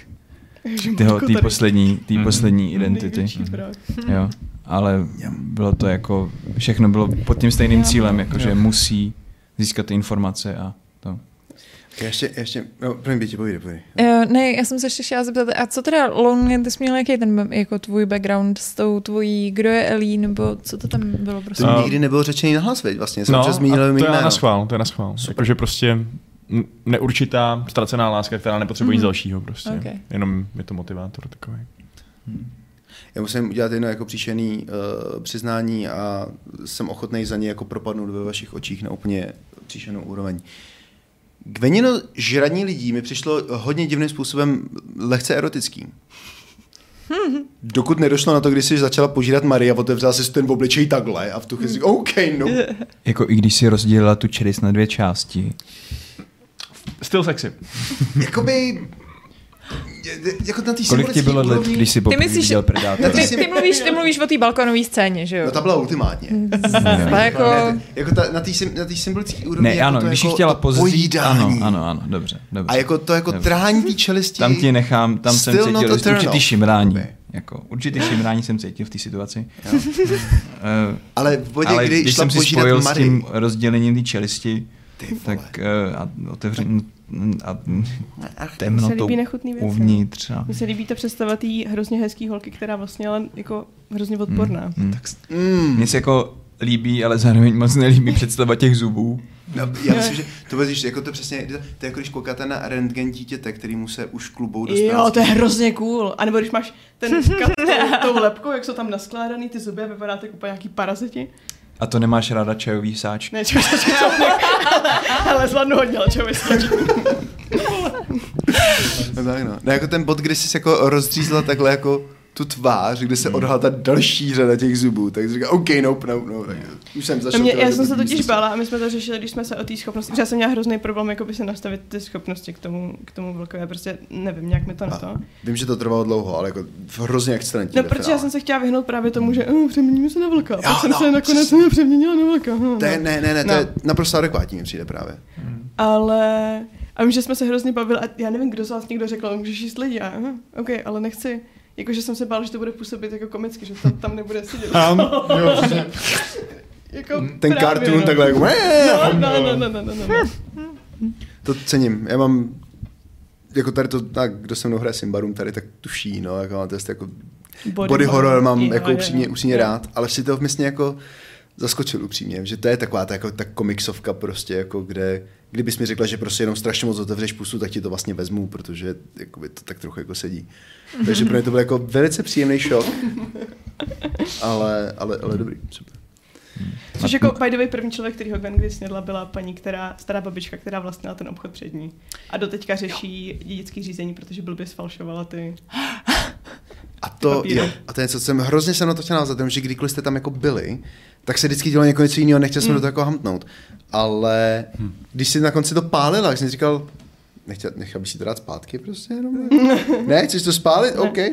té poslední, tý mm. poslední identity. Jo. Ale bylo to jako, všechno bylo pod tím stejným cílem, jako že musí získat ty informace a to. Ještě, ještě, no, první bětě, povídej, povídej. Uh, ne, já jsem se ještě chtěla zeptat, a co teda Lonely, ty jsi měl jaký ten jako tvůj background s tou tvojí, kdo je Ellie, nebo co to tam bylo prostě? To nikdy nebylo řečený nahlas, veď, vlastně, jsem no, čas zmínil to jméno. je na schvál, to je na schvál. Jakože prostě neurčitá, ztracená láska, která nepotřebuje nic mm-hmm. dalšího prostě. Okay. Jenom je to motivátor takový. Hmm. Já musím udělat jedno jako příšerný uh, přiznání a jsem ochotný za ně jako propadnout ve vašich očích na úplně příšernou úroveň. Gwenino žraní lidí mi přišlo hodně divným způsobem lehce erotický. Dokud nedošlo na to, když jsi začala požírat Marie a otevřela si ten obličej takhle a v tu chvíli OK, no. Jako i když si rozdělila tu čelist na dvě části. Still sexy. Jakoby... Jako na kolik ti bylo let, když jsi poprvé viděl Predátora? Ty, ty, mluvíš, ty mluvíš o té balkonové scéně, že jo? No ta byla ultimátně. Ta jako... Ne, jako ta, na té na symbolické úrovni. Ne, jako ano, to když jako jsi chtěla pozřít, ano, ano, ano, dobře, dobře. A jako to jako dobře. trhání té čelisti. Tam ti nechám, tam jsem cítil určitý šimrání. Okay. Jako, určitý šimrání jsem cítil v té situaci. uh, ale v bodě, ale kdy když šla jsem si požírat spojil Marie, s tím rozdělením té čelisti, tak uh, a otevření a temnotou uvnitř. Mně se líbí ta představa té hrozně hezký holky, která vlastně ale jako hrozně odporná. Mm, mm. Tak, mm. Mně se jako líbí, ale zároveň moc nelíbí představa těch zubů. No, já myslím, že to vezíš, jako to přesně, to je jako když koukáte na rentgen dítěte, který mu se už klubou do Jo, to je hrozně cool. A nebo když máš ten kat tou, tou lepkou, jak jsou tam naskládaný ty zuby a vypadáte jako úplně nějaký paraziti. A to nemáš ráda čajový sáčky? Ne, čajový sáčky, ale, ale zvládnu hodně, ale čajový sáčky. No tak no. No jako ten bod, kdy jsi jako rozřízla takhle jako tu tvář, kde se odhala ta další řada těch zubů, tak jsi říká, OK, nope, no, no, tak už jsem zašel. Mě, já jsem se totiž bála a my jsme to řešili, když jsme se o té schopnosti, že já jsem měla hrozný problém, jako by se nastavit ty schopnosti k tomu, k tomu vlkovi, já prostě nevím, nějak mi to na to. Vím, že to trvalo dlouho, ale jako hrozně excelentní. No, protože já jsem se chtěla vyhnout právě tomu, že uh, přeměníme se na vlka, a pak jsem no, se nakonec přeměnila na vlka. Hm, to je, ne, ne, ne, no. to je naprosto adekvátní, mi přijde právě. Hmm. Ale, a vím, že jsme se hrozně bavili a já nevím, kdo z vás někdo řekl, můžeš jíst lidi, a uh, OK, ale nechci. Jakože jsem se bál, že to bude působit jako komicky, že tam, tam nebude sedět. Tam, jo, přesně. Jako ten právě, cartoon no. takhle jako... No, no, no, no, no, no. To cením. Já mám... Jako tady to, tak, kdo se mnou hraje Simbarum, tady tak tuší, no, jako mám to jako... Body, body horror, horror mám jo, jako upřímně, jo, upřímně jo. rád, ale si to vlastně jako zaskočil upřímně, že to je taková ta, jako, ta komiksovka prostě, jako kde, kdybys mi řekla, že prostě jenom strašně moc otevřeš pusu, tak ti to vlastně vezmu, protože jakoby, to tak trochu jako sedí. Takže pro mě to byl jako velice příjemný šok, ale, ale, ale dobrý, super. Což jako by the way, první člověk, který ho Gwen kdy snědla, byla paní, která, stará babička, která vlastnila ten obchod před ní. A doteďka řeší dědický řízení, protože blbě sfalšovala ty... A to, je, a to je něco, co jsem hrozně se na to chtěl navázat, že kdykoliv jste tam jako byli, tak se vždycky dělalo někoho něco jiného, nechtěl jsem mm. do toho jako hamtnout. Ale hmm. když si na konci to pálila, tak jsem říkal, nechtěl, nechal bych si to dát zpátky prostě jenom. Ne, chceš to spálit? Ne. OK.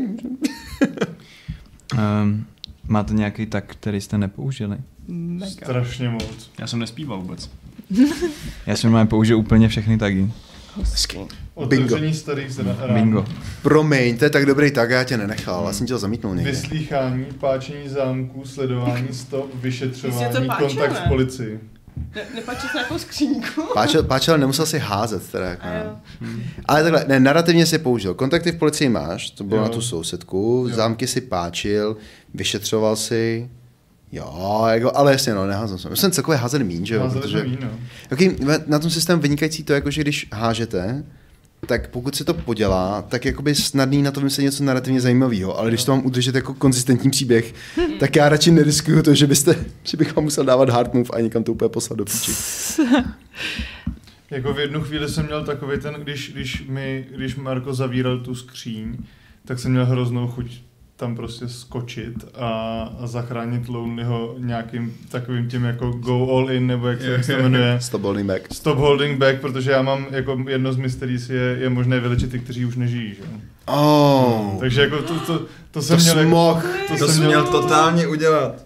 um, máte nějaký tak, který jste nepoužili? Mega. Strašně moc. Já jsem nespíval vůbec. Já jsem mám použil úplně všechny tagy. Otevření starých rán. Bingo. Promiň, to je tak dobrý tag, já tě nenechal, já jsem tě ho zamítnul někde. Vyslýchání, páčení zámků, sledování stop, vyšetřování, kontakt s policii. Ne, nepáčil jsi nějakou skříňku? Páčil, páčil, nemusel si házet teda. Jako, hmm. Ale takhle, ne, narrativně si použil. Kontakty v policii máš, to bylo jo. na tu sousedku, jo. Zámky si páčil, vyšetřoval si, jo, jako, ale jasně, no, neházel jsem. Já jsem celkově házel míň, že jo, protože míň, no. Okay, na tom systému vynikající to, jako, že když hážete, tak pokud se to podělá, tak jakoby snadný na to vymyslet něco narrativně zajímavého, ale když to mám udržet jako konzistentní příběh, tak já radši neriskuju to, že byste, že bych vám musel dávat hard move a někam to úplně poslat do píči. Jako v jednu chvíli jsem měl takový ten, když, když, mi, když Marko zavíral tu skříň, tak jsem měl hroznou chuť tam prostě skočit a, a zachránit Lonelyho nějakým takovým tím jako go all in, nebo jak se, jak se jmenuje. Stop holding back. Stop holding back, protože já mám jako jedno z mysteries je, je možné vylečit ty, kteří už nežijí, že? Oh. Takže jako to, to, to jsem to měl... Jako, to, to jsem měl totálně udělat.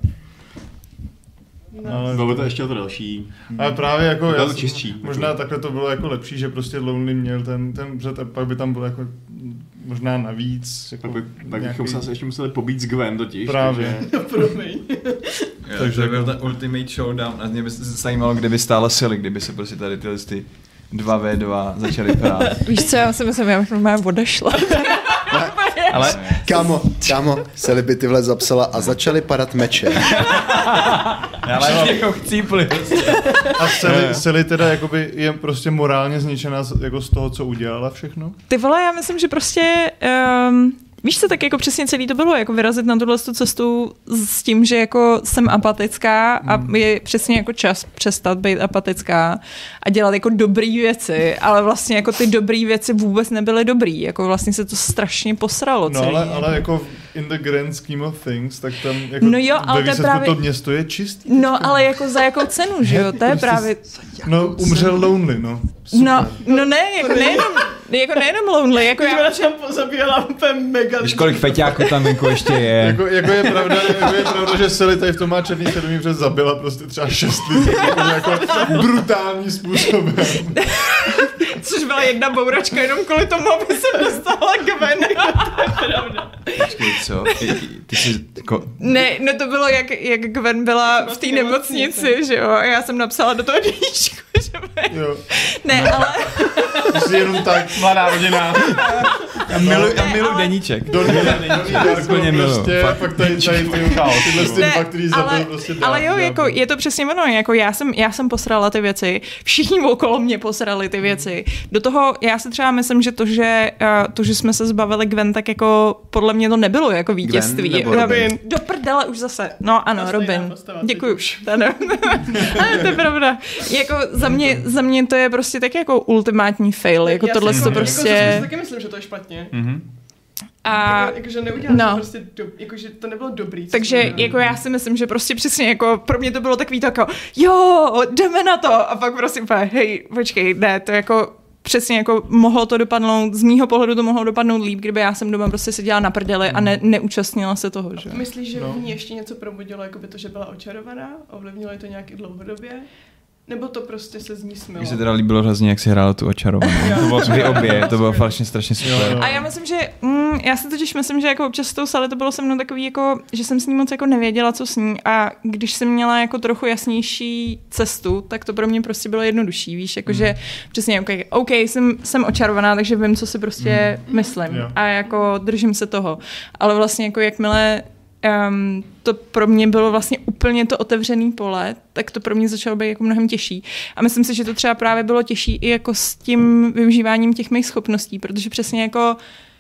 No. Bylo by to ještě o to další. Ale právě jako... Já, čistší. Možná takhle to bylo jako lepší, že prostě Lonely měl ten, ten břet a pak by tam bylo jako možná navíc. Jako tak by, tak bychom nějaký... se ještě museli pobít s Gwen totiž. Právě. Promiň. Takže byl ten ultimate showdown a mě by se zajímalo, kde by stála Sally, kdyby se prostě tady tyhle ty dva vé dva začaly prát. Víš co, já si myslím, já bych normálně odešla. Ale kámo, kámo, Sally by tyhle zapsala a začaly padat meče. Ale jako chcípli. A Sally, Sally teda jakoby je prostě morálně zničená z, jako z toho, co udělala všechno? Ty vole, já myslím, že prostě... Um... Víš co, tak jako přesně celý to bylo, jako vyrazit na tuhle cestu s tím, že jako jsem apatická a je přesně jako čas přestat být apatická a dělat jako dobrý věci, ale vlastně jako ty dobrý věci vůbec nebyly dobrý, jako vlastně se to strašně posralo celý. No ale, ale jako in the grand scheme of things, tak tam jako no jo, ale ve výsledku právě... to město je čistý. No ale jako za jakou cenu, že jo, to je prostě právě... No umřel Lonely, no. Super. No, no ne, jako nejenom, jako nejenom Lonely, jako já... Já jsem pozabíjela úplně mega... Víš, kolik feťáků tam jako ještě je. jako, jako, je pravda, jako je pravda, že Sally tady v tom má černý svědomí, protože zabila prostě třeba šest lidí, jako, jako brutální způsobem. Což byla jedna bouračka jenom kvůli tomu, aby se dostala Gwen. To je pravda. Počkej, co? Ty, ty jsi jako... Ne, no to bylo, jak, jak Gwen byla v té nemocnici, že jo, a já jsem napsala do toho dějíčku, Jo. Ne, ale... Prostě jenom tak. Mladá rodina. Já miluji Ne, milu ale- deníček. Dolní Úplně miluju. prostě, Fakt. fakt tady, tady ty, tyhle ty Ne, fakt, který ale, zabil prostě dá, ale jo, dá, jako, je to přesně ono, jako já jsem, já jsem posrala ty věci, všichni okolo mě posrali ty věci. Do toho já si třeba myslím, že to, že, uh, to, že jsme se zbavili Gwen, tak jako podle mě to nebylo jako vítězství. nebo Robin? Do prdele už zase. No ano, Ta stejná Robin. postava, Děkuju. teď už. Ano. Ano, to je pravda. Jako za mě, za mě to je prostě tak jako ultimátní fail. Jako Já tohle si to jako, prostě... Jako, si taky myslím, že to je špatně. Mhm. A Jako, jakože neudělal no. to prostě, do, jakože to nebylo dobrý. co takže jsme dělali. jako já si myslím, že prostě přesně jako pro mě to bylo takový to jako jo, jdeme na to a pak prostě úplně, hej, počkej, ne, to jako přesně jako mohlo to dopadnout, z mýho pohledu to mohlo dopadnout líp, kdyby já jsem doma prostě seděla na prdeli a ne, neúčastnila se toho, že? Myslíš, že No. v ní ještě něco probudilo, jako by to, že byla očarovaná? Ovlivnilo je to nějak i dlouhodobě? Nebo to prostě se z ní smylo? Mně se teda líbilo hrozně, jak si hrála tu očarovanou. To bylo vy obě, to bylo vlastně strašně super. A já myslím, že mm, já si totiž myslím, že jako občas s tou Sally to bylo se mnou takový jako, že jsem s ní moc jako nevěděla, co s ní a když jsem měla jako trochu jasnější cestu, tak to pro mě prostě bylo jednodušší, víš, jakože mm. přesně, okay, OK, jsem, jsem očarovaná, takže vím, co si prostě mm. myslím Jo. a jako držím se toho, ale vlastně jako jakmile Um, to pro mě bylo vlastně úplně to otevřený pole, tak to pro mě začalo být jako mnohem těžší. A myslím si, že to třeba právě bylo těžší i jako s tím využíváním těch mých schopností, protože přesně jako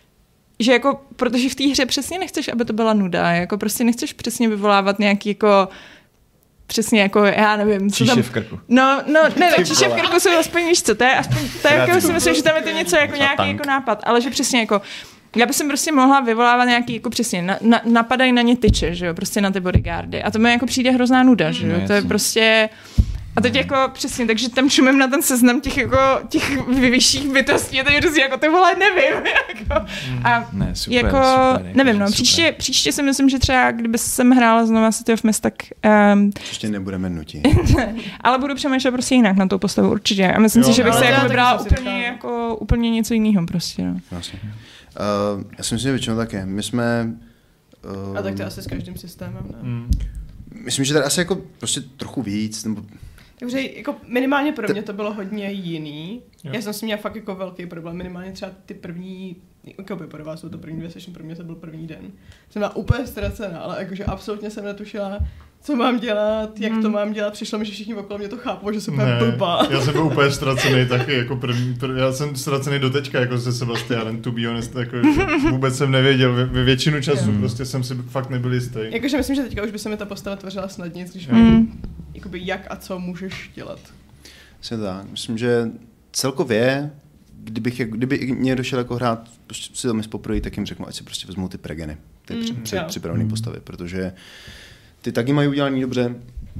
že jako, protože v té hře přesně nechceš, aby to byla nuda, jako prostě nechceš přesně vyvolávat nějaký jako přesně jako, já nevím, co tam... Číše v krku. No, no, ne, ne, číše v krku jsou aspoň, víš co, to je aspoň, to je jako si myslím, že tam je to něco jako nějaký jako nápad, ale že přesně jako já bych prostě mohla vyvolávat nějaký, jako přesně, na, na, napadají na ně tyče, že jo, prostě na ty bodyguardy. A to mi jako přijde hrozná nuda, že jo, No, to je prostě... A teď jako přesně, takže tam šumím na ten seznam těch jako, těch vyšších bytostí a teď prostě jako, ty vole, nevím, jako. A Ne, super, jako, super, nevím, no, super. příště, příště si myslím, že třeba, kdyby jsem hrála znova City of Mist, tak... Um, Ještě nebudeme nutí. ale budu přemýšlet prostě jinak na tou postavu, určitě. A myslím Jo, si, že bych ale se já jako taky vybrala jsem si úplně, říkala. jako, úplně něco jiného prostě, no. Vlastně. Uh, já si myslím, že většinou také. My jsme... Uh, A tak to je asi s každým systémem, ne? Mm. Myslím, že tady asi jako prostě trochu víc, nebo Takže jako minimálně pro Te- mě to bylo hodně jiný. Jo. Já jsem si měla fakt jako velký problém. Minimálně třeba ty první, jako by pro vás jsou to první dvě session, pro mě to byl první den. Jsem byla úplně ztracená, ale jakože absolutně jsem netušila, co mám dělat, jak to mám dělat. Přišlo mi, že všichni okolo mě to chápou, že jsem úplně blbá. já jsem byl úplně ztracený taky, jako první, prv, já jsem ztracený do teďka, jako se Sebastianem, to be honest, jako, že vůbec jsem nevěděl, ve, ve většinu času Mm. prostě jsem si fakt nebyl jistý. Jakože myslím, že teďka už by se mi ta postava tvořila snadněji, když Mm. vím, jakoby jak a co můžeš dělat. Asi tak. Myslím, že celkově, kdybych, jak- kdyby mě došel jako hrát, prostě si to mis poprvé, tak jim řeknu, ať si prostě vezmou ty pregeny, ty Mm, při, při, jo. připravené postavy, protože ty taky mají udělaný dobře.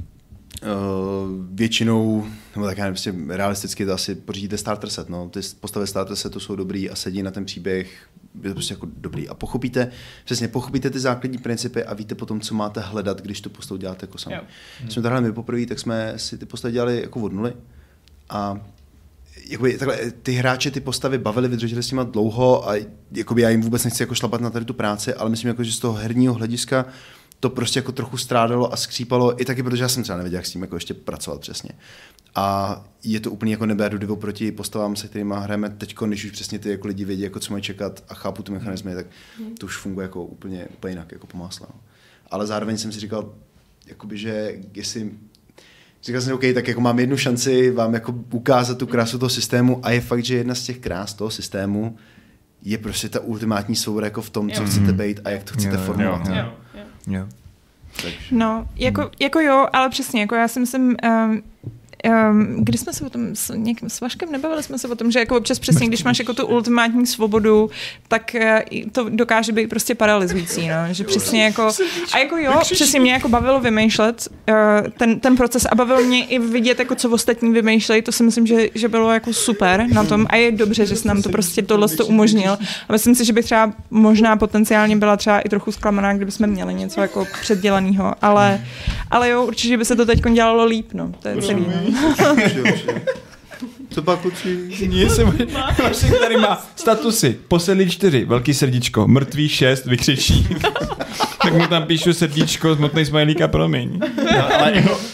Uh, většinou, nebo tak já nevím, prostě realisticky to asi pořídíte starter set, no. Ty postavy starter setu jsou dobrý a sedí na ten příběh, je to prostě jako dobrý. A pochopíte, přesně pochopíte ty základní principy a víte potom, co máte hledat, když tu postavu děláte jako sami. Jo. Když jsme to hráli my poprvé, tak jsme si ty postavy dělali jako od nuly. A jakoby, takhle, ty hráče ty postavy bavili, vydrželi s nima dlouho a jakoby, já jim vůbec nechci jako šlapat na tady tu práci, ale myslím, jako, že z toho herního hlediska to prostě jako trochu strádalo a skřípalo, i taky, protože já jsem třeba nevěděl, jak s tím jako ještě pracovat přesně. A je to úplně jako nebe dudivo proti postavám, se kterými hrajeme teď, když už přesně ty jako lidi vědí, jako co mají čekat a chápu ty mechanizmy, tak to už funguje jako úplně, úplně jinak, jako po másle. No. Ale zároveň jsem si říkal, jakoby, že jestli říkal jsem, OK, tak jako mám jednu šanci vám jako ukázat tu krásu toho systému a je fakt, že jedna z těch krás toho systému je prostě ta ultimátní svoboda jako v tom, co Jo. chcete být a jak to chcete Jo, jo, formovat. jo. Jo, jo. Jo. Takže. No, jako, jako jo, ale přesně, jako já si myslím, um, um, když jsme se o tom s, někým, s Vaškem nebavili jsme se o tom, že jako občas přesně, když máš jako tu ultimátní svobodu, tak uh, to dokáže být prostě paralyzující, no, že přesně jako, a jako jo, přesně mě jako bavilo vymýšlet uh, ten, ten proces a bavilo mě i vidět, jako co ostatní vymýšlejí, to si myslím, že, že bylo jako super na tom a je dobře, že jsi nám to prostě tohle to umožnil a myslím si, že bych třeba možná potenciálně byla třeba i trochu zklamaná, kdybychom měli něco jako předdělanýho, ale, ale jo, určitě by se to teď dělalo líp, no, to je celý, no. Určitě, určitě. Co pak, kluci? Nie jsem, Vašek tady má statusy. Posedlí čtyři, velký srdíčko, mrtvý šest, vykřičí. Tak mu tam píšu srdíčko, smutnej smajlík a promiň. No, ale jako,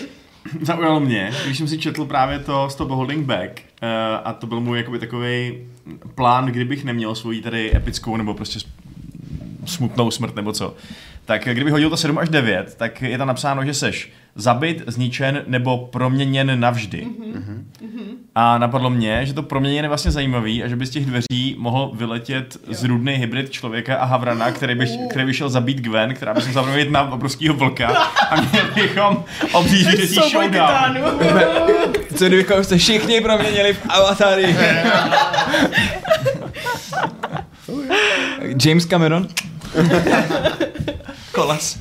zaujalo mě, když jsem si četl právě to Stop Holding Back uh, a to byl můj jakoby takovej plán, kdybych neměl svoji tady epickou nebo prostě smutnou smrt nebo co. Tak kdybych hodil to sedm až devět, tak je tam napsáno, že seš zabit, zničen nebo proměněn navždy. Mm-hmm. A napadlo mě, že to proměněn je vlastně zajímavý a že by z těch dveří mohl vyletět jo. zrůdný hybrid člověka a havrana, který by, který by šel zabít Gwen, která by se zavřela na obrovskýho vlka a měli bychom obřížitý showdown. Co kdybychom se všichni proměnili v Avatary? James Cameron? Kolas.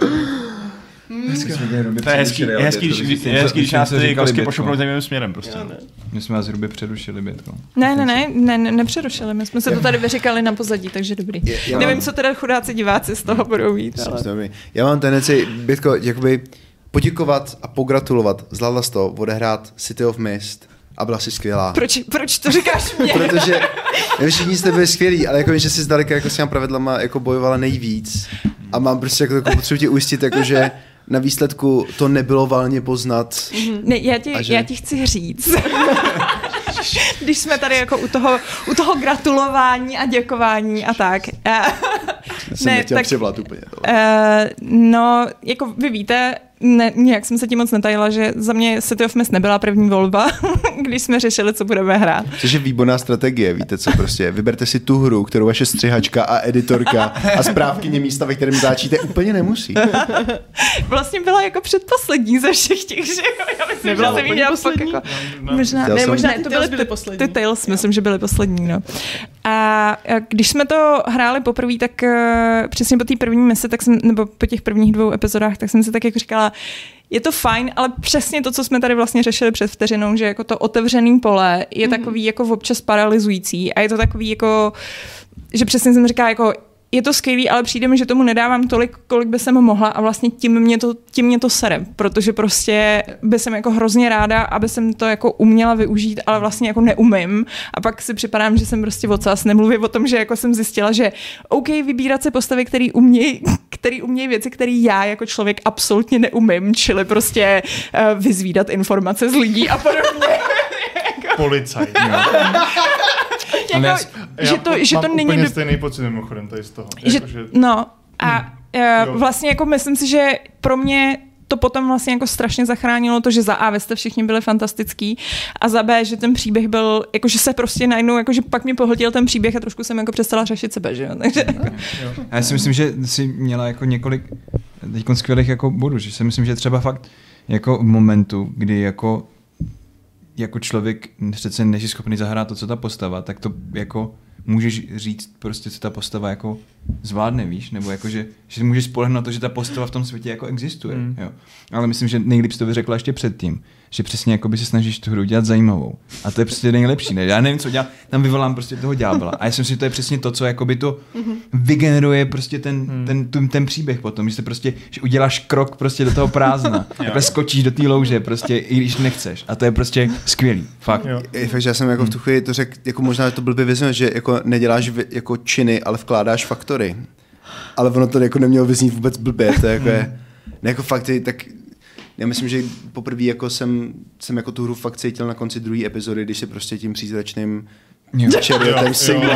To je hezký, je hezký, když, je hezký, když nás ty kosky pošlou zajímavým směrem prostě. My jsme vás hrubě přerušili, Bětko. Ne, ne, ne, ne, ne, nepřerušili, my jsme se to tady vyříkali na pozadí, takže dobrý. Je, já Nevím, mám... co teda chudáci diváci z toho budou mít, ale... Já mám tendenci, Bětko, jakoby poděkovat a pogratulovat, zvládla jsi to, odehrát City of Mist a byla jsi skvělá. Proč, proč to říkáš mě? Protože nevím, všichni jste byli skvělí, ale jako že jsi zdaleka jako s těma pravidlama jako bojovala nejvíc a mám prostě jako, jako potřebuji tě ujistit, jako že na výsledku to nebylo valně poznat. Ne, já ti, že... já ti chci říct, když jsme tady jako u toho, u toho gratulování a děkování a tak. Já jsem ne, nechtěla převlat úplně. Uh, no, jako vy víte, ne, nějak jsem se tím moc netajila, že za mě City of Mist nebyla první volba, když jsme řešili, co budeme hrát. Což je výborná strategie, víte co prostě. Vyberte si tu hru, kterou vaše střihačka a editorka a správkyně místa, ve kterém záčíte, úplně nemusí. Vlastně byla jako předposlední ze všech těch, že já myslím, Nebyla že jsem měla fakt jako... No, no. Možná, ne, možná to byly, byly poslední. Ty Tales, myslím, že byly poslední, no. A když jsme to hráli poprvé, tak uh, přesně po té první misi, tak jsem, nebo po těch prvních dvou epizodách, tak jsem si tak jako říkala, je to fajn, ale přesně to, co jsme tady vlastně řešili před vteřinou, že jako to otevřený pole je mm. takový jako občas paralyzující a je to takový jako, že přesně jsem říkala jako, je to skvělý, ale přijde mi, že tomu nedávám tolik, kolik by jsem mohla a vlastně tím mě to, tím mě to sere, protože prostě by jsem jako hrozně ráda, aby jsem to jako uměla využít, ale vlastně jako neumím a pak si připadám, že jsem prostě ocas, nemluvím o tom, že jako jsem zjistila, že OK, vybírat se postavy, který umějí, který umějí věci, které já jako člověk absolutně neumím, čili prostě uh, vyzvídat informace z lidí a podobně. Policajt. Jako, já, že to, já že mám to není úplně do... stejný pocit mimochodem tady z toho. Že, jako, že... No a hmm. uh, vlastně jako myslím si, že pro mě to potom vlastně jako strašně zachránilo to, že za A vy jste všichni byli fantastický a za B, že ten příběh byl, jako že se prostě najednou, jako že pak mě pohltil ten příběh a trošku jsem jako přestala řešit sebe, že jo. Takže jako... Já si myslím, že jsi měla jako několik teď skvělých jako bodů, že si myslím, že třeba fakt jako v momentu, kdy jako jako člověk přece nejsi schopný zahrát to, co ta postava, tak to jako můžeš říct prostě, co ta postava jako zvládne, víš, nebo jako, že, že můžeš spolehnout na to, že ta postava v tom světě jako existuje, mm. jo. Ale myslím, že nejlíp jsi to vyřekla ještě předtím, že přesně jako by se snažíš tu hru dělat zajímavou. A to je prostě nejlepší, ne? Já nevím, co dělám, tam vyvolám prostě toho ďábla. A já si myslím, že to je přesně to, co jakoby to vygeneruje prostě ten, mm. ten, ten, ten příběh potom, že se prostě, že uděláš krok prostě do toho prázdna, takhle skočíš do té louže prostě, i když nechceš. A to je prostě skvělý, fakt. Jo. Je fakt, že já jsem jako v tu chvíli to řekl, jako možná to blbě vyzvět, že jako neděláš jako činy, ale vkládáš faktory. Ale ono to jako nemělo vyznít vůbec blbě, to je jako je, ne jako fakty, tak já myslím, že poprvé jako jsem, jsem jako tu hru fakt cítil na konci druhé epizody, když se prostě tím přízračným červětem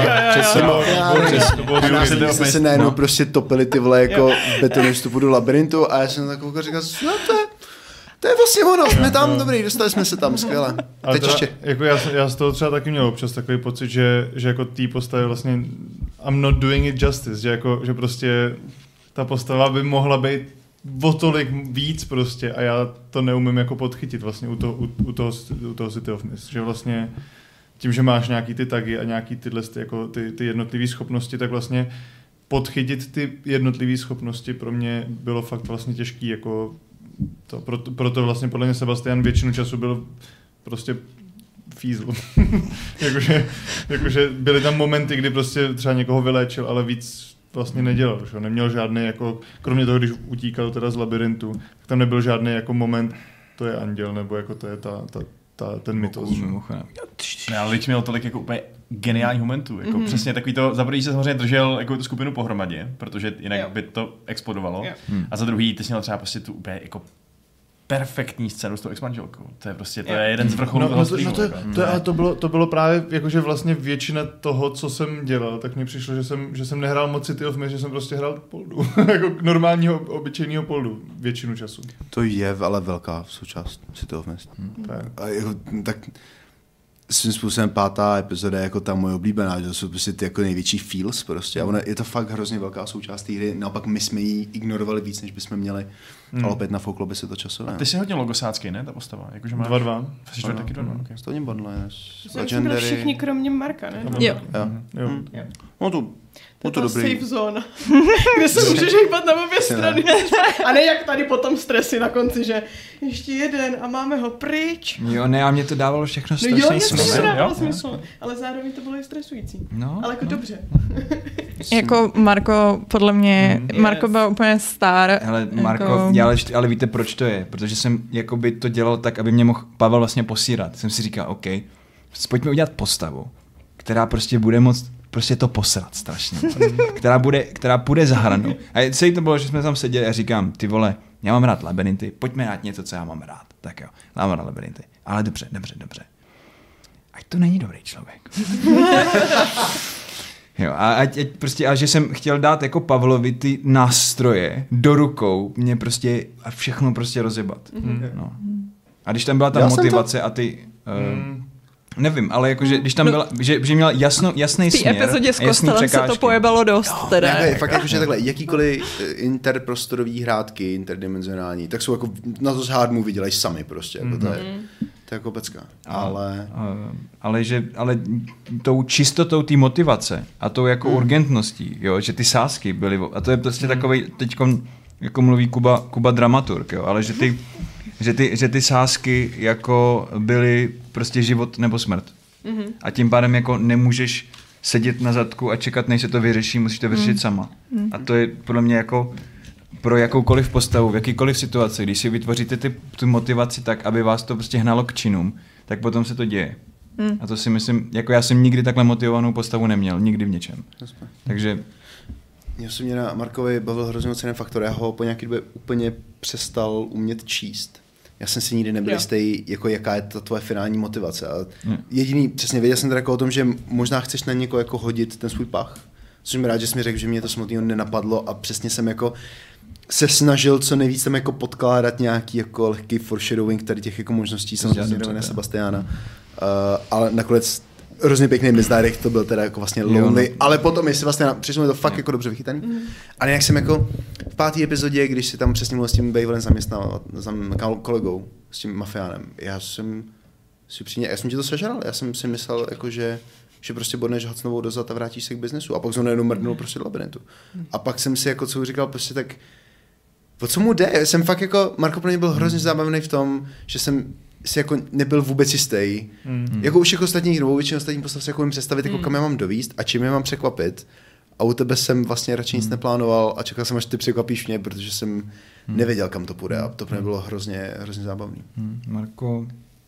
a se najednou prostě topili ty vole jako betonem vstupu do labirintu a já jsem takovou říkal, no to je, to je vlastně ono, jsme tam, dobrý, dostali jsme se tam, skvěle. Ale teda, jako já, já z toho třeba taky měl občas takový pocit, že, že jako tý postavy vlastně I'm not doing it justice, že, jako, že prostě ta postava by mohla být o tolik víc prostě a já to neumím jako podchytit vlastně u toho, u, u toho, u toho City of Mist, že vlastně tím, že máš nějaký ty tagy a nějaký tyhle jako ty, ty jednotlivé schopnosti, tak vlastně podchytit ty jednotlivé schopnosti pro mě bylo fakt vlastně těžký, jako to, proto, proto vlastně podle mě Sebastian většinu času byl prostě fízl. jakože, jakože byly tam momenty, kdy prostě třeba někoho vyléčil, ale víc vlastně nedělal, že? Neměl žádný, jako, kromě toho, když utíkal teda z labirintu, tak tam nebyl žádný jako moment, to je anděl, nebo jako to je ta, ta, ta ten mytos. Ne, ale Lich měl tolik jako úplně geniálních momentů, jako mm-hmm. přesně takový to, za první se samozřejmě držel jako tu skupinu pohromadě, protože jinak jo. by to explodovalo, jo. a za druhý ty jsi měl třeba prostě tu úplně jako perfektní scénu s tou ex-manželkou. To je prostě, to je jeden z vrcholů no, toho no, to, streamu. no to, jako. to, to, to, bylo, to bylo právě, jakože vlastně většina toho, co jsem dělal, tak mně přišlo, že jsem, že jsem nehrál moc City of Mist, že jsem prostě hrál poldu. Jako normálního, obyčejného poldu většinu času. To je ale velká součást City of Mist. Hmm. A jako, tak svým způsobem pátá epizoda je jako ta moje oblíbená, že to jsou prostě ty jako největší feels prostě a ona, je to fakt hrozně velká součást té hry, naopak my jsme ji ignorovali víc, než bychom měli, hmm. ale opět nafouklo by se to časové. A ty jsi hodně logosácký, ne, ta postava? Jakože máš... dva dva. Jsi čtvrt taky dva dva, okay. Stony Borderlands, Legendary. Všichni kromě Marka, ne? Jo. Jo. Jo. Hmm. No to, no to dobrý. Safe zone, kde se můžeš hýbat na obě strany. A ne jak tady potom stresy na konci, že ještě jeden a máme ho pryč. Jo, ne, a mě to dávalo všechno No strašný jo, mě to smysl. dávalo smysl, ale zároveň to bylo i stresující. No, Ale jako no. dobře. Jako Marko, podle mě, Mm. Marko Yes. byl úplně star. Hele, Marko, jako... já, ale, ale víte, proč to je? Protože jsem jakoby to dělal tak, aby mě mohl Pavel vlastně posírat. Jsem si říkal, OK, pojďme udělat postavu, která prostě bude moct prostě to posrat strašně. která, bude, která půjde za hranu. A celý to bylo, že jsme tam seděli a říkám, ty vole, já mám rád labirinty, pojďme dát něco, co já mám rád. Tak jo, já mám rád labirinty. Ale dobře, dobře, dobře. Ať to není dobrý člověk. Jo, a, ať, ať prostě, a že jsem chtěl dát jako Pavlovi ty nástroje do rukou, mě prostě a všechno prostě rozjebat. Mm. No. A když tam byla ta Dělal jsem motivace a ty... Uh, Mm. nevím, ale jakože když tam byla, že, že měla jasno, jasný V té směr epizodě s a jasný kostelem se to překážky. pojebalo dost. Teda. Ne, fakt jakože takhle, jakýkoliv eh, interprostorový hrátky, interdimenzionální, tak jsou jako, na to z hard movie dělají sami prostě, jako to je, to je jako pecka, ale... Uh, ale, že, ale tou čistotou té motivace a tou jako Hmm. urgentností, jo, že ty sázky byly, a to je prostě hmm. takovej, teďkon, jako mluví Kuba, Kuba dramaturg, jo, ale že ty, že ty, že ty sázky jako byly prostě život nebo smrt. Mm-hmm. A tím pádem jako nemůžeš sedět na zadku a čekat, než se to vyřeší, musíš to vyřešit mm. sama. Mm. A to je podle mě jako pro jakoukoliv postavu, v jakýkoliv situaci, když si vytvoříte ty, tu motivaci tak, aby vás to prostě hnalo k činům, tak potom se to děje. Mm. A to si myslím, jako já jsem nikdy takhle motivovanou postavu neměl, nikdy v něčem. Jasně. Takže... Mě se mě na Markovi bavil hrozně moc jeden faktor, já ho po nějaký době úplně přestal umět číst. Já jsem si nikdy nebyl jistý, jako jaká je ta tvoje finální motivace. A jediný, přesně věděl jsem teda jako o tom, že možná chceš na někoho jako hodit ten svůj pach. Což jsem rád, že jsi mi řekl, že mě to samotného nenapadlo a přesně jsem jako se snažil co nejvíc tam jako podkládat nějaký jako lehký foreshadowing tady těch jako možností, samozřejmě na Sebastiana. Uh, ale nakonec hrozně pěkný Mizdárek, to byl teda jako vlastně lonely, jo, no. Ale potom jestli vlastně přišlo mi to fakt jako dobře vychytaný. Mm. Ale jak jsem jako v páté epizodě, když si tam přesně mluvil s tím bývalým zaměstnavatelem, kolegou, s tím mafiánem, já jsem si přímě, já jsem ti to sežral, já jsem si myslel jako, že že prostě bodneš Hudsonovou dozad a vrátíš se k biznesu. A pak jsem najednou mrdnul prostě do labirintu. A pak jsem si jako co říkal prostě tak, o co mu jde? Jsem fakt jako, Marko pro mě byl hrozně zábavný v tom, že jsem si jako nebyl vůbec jistý. Mm. Jako u všech ostatních, nebo většinou ostatních postav si jako jim představit, jako kam já mám dovíst a čím je mám překvapit. A u tebe jsem vlastně radši nic neplánoval a čekal jsem, až ty překvapíš mě, protože jsem mm. nevěděl, kam to půjde a to pro mě bylo hrozně, hrozně zábavný. Mm. Marko,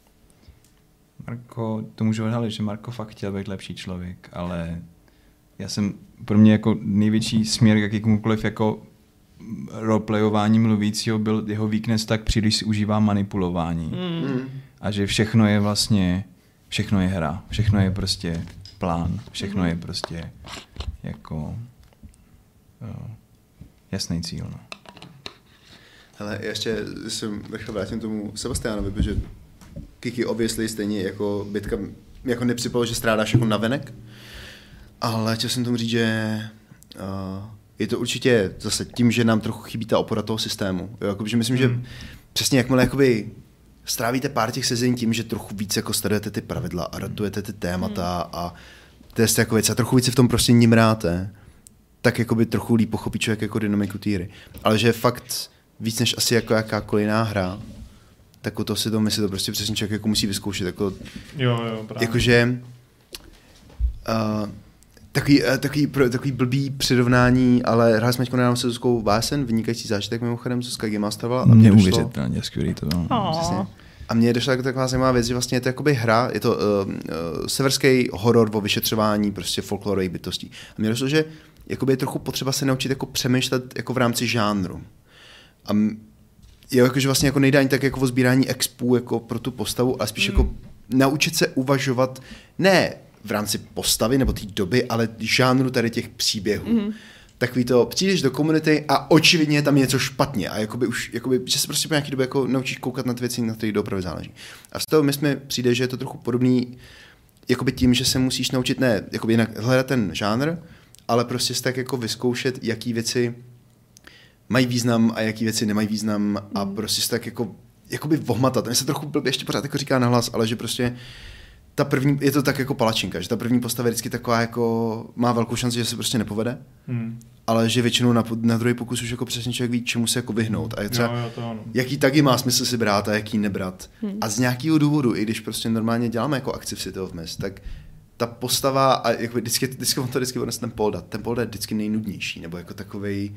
Marko, to můžu odhalit, že Marko fakt chtěl být lepší člověk, ale já jsem, pro mě jako největší směr jakýmkoliv jako roleplayování mluvícího byl jeho weakness, tak příliš si užívá manipulování. Mm. A že všechno je vlastně, všechno je hra, všechno je prostě plán, všechno je prostě jako jo, jasný cíl. No. Hele, ještě jsem rychle vrátím tomu Sebastianovi, protože Kiki obvěsli stejně jako Bitka, jako nepřipalo, že strádáš jako navenek, ale chtěl jsem tomu říct, že uh, je to určitě zase tím, že nám trochu chybí ta opora toho systému. Jo, jako, že myslím, mm. že přesně jakmile jakoby strávíte pár těch sezení tím, že trochu víc jako studujete ty pravidla a ratujete ty témata mm. a to je jako věc a trochu víc v tom prostě nimráte, tak jakoby trochu líp pochopí člověk jako dynamiku té hry. Ale že je fakt víc než asi jako jakákoliv jiná hra, tak o to si to myslí, to prostě přesně člověk jako musí vyzkoušet. Jako, jo, jo, právě. Jakože uh, takový, uh, takový, pro, takový blbý přirovnání, ale hráli jsme nedávno se Zuzkou Vásen, vynikající zážitek mimochodem, Zuzka Game Masterovala. Neuvěřitelně skvělý to bylo. Přesně. A mně došla taková zajímavá věc, že vlastně je to jakoby hra, je to uh, uh, severský horor o vyšetřování prostě folklorových bytostí. A mně došlo, že jakoby je trochu potřeba se naučit jako přemýšlet jako v rámci žánru. A m- jo, jakože vlastně jako nejde ani tak jako o sbírání expů jako pro tu postavu, ale spíš mm. jako naučit se uvažovat ne v rámci postavy nebo té doby, ale žánru tady těch příběhů. Mm. Takový to, přijdeš do komunity a očividně je tam něco špatně a jakoby už, jakoby, že se prostě po nějaký době jako naučíš koukat na ty věci, na které doopravdy záleží. A z toho mi jsme přijde, že je to trochu podobný jakoby tím, že se musíš naučit ne jakoby jinak hledat ten žánr, ale prostě si tak jako vyzkoušet, jaký věci mají význam a jaký věci nemají význam a mm. prostě si tak jako jakoby vohmatat. Mně se trochu blbě ještě pořád jako říká nahlas, ale že prostě ta první, je to tak jako palačinka, že ta první postava je vždycky taková jako, má velkou šanci, že se prostě nepovede, hmm. ale že většinou na, na druhý pokus už jako přesně člověk ví, čemu se jako vyhnout a je třeba, jo, jo, to ano. jaký taky má smysl si brát a jaký nebrat. Hmm. A z nějakého důvodu, i když prostě normálně děláme jako akci v City of Mist, tak ta postava, a jako vždycky, vždycky on to vždycky odnes ten Polda, ten Polda je vždycky nejnudnější, nebo jako takovej,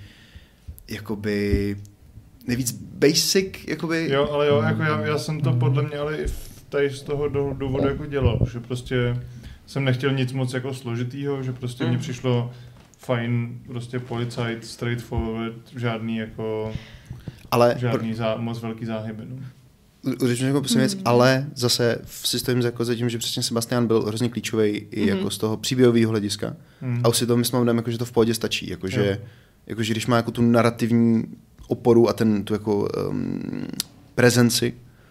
jakoby, nejvíc basic, jakoby. Jo, ale jo, jako já, já jsem to podle mě, ale i tady z toho důvodu jako dělal, že prostě jsem nechtěl nic moc jako složitýho, že prostě mm. mně přišlo fajn prostě policajt, straightforward, žádný jako, ale žádný pro... zá, moc velký záhyby. No. Určitě jako poslední věc, ale zase si stojím jako za tím, že přesně Sebastian byl hrozně klíčový i mm. jako z toho příběhového hlediska. Mm. A už si to myslím, jako, že to v pohodě stačí, jakože, jakože když má jako tu narrativní oporu a ten tu jako um, prezenci,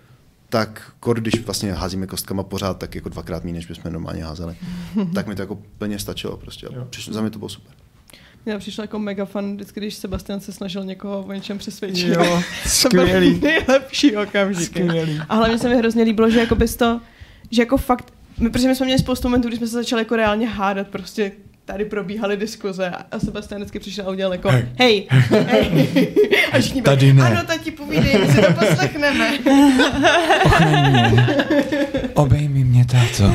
tak kor, když vlastně házíme kostkama pořád, tak jako dvakrát méně, než bychom normálně házeli. Tak mi to jako plně stačilo prostě. Přišlo, za mě to bylo super. Mně přišlo jako mega fun, vždycky, když Sebastian se snažil někoho o něčem přesvědčit. Jo, skvělý. Nejlepší okamžik. A hlavně se mi hrozně líbilo, že jako bys to, že jako fakt, my, protože my jsme měli spoustu momentů, kdy jsme se začali jako reálně hádat, prostě tady probíhaly diskuze a Sebastian vždycky přišel a udělal jako hej, hej, hej. A všichni tady ne. Ano, tati, povídej, my si to poslechneme. Ochraň mě. Obejmi mě, táto.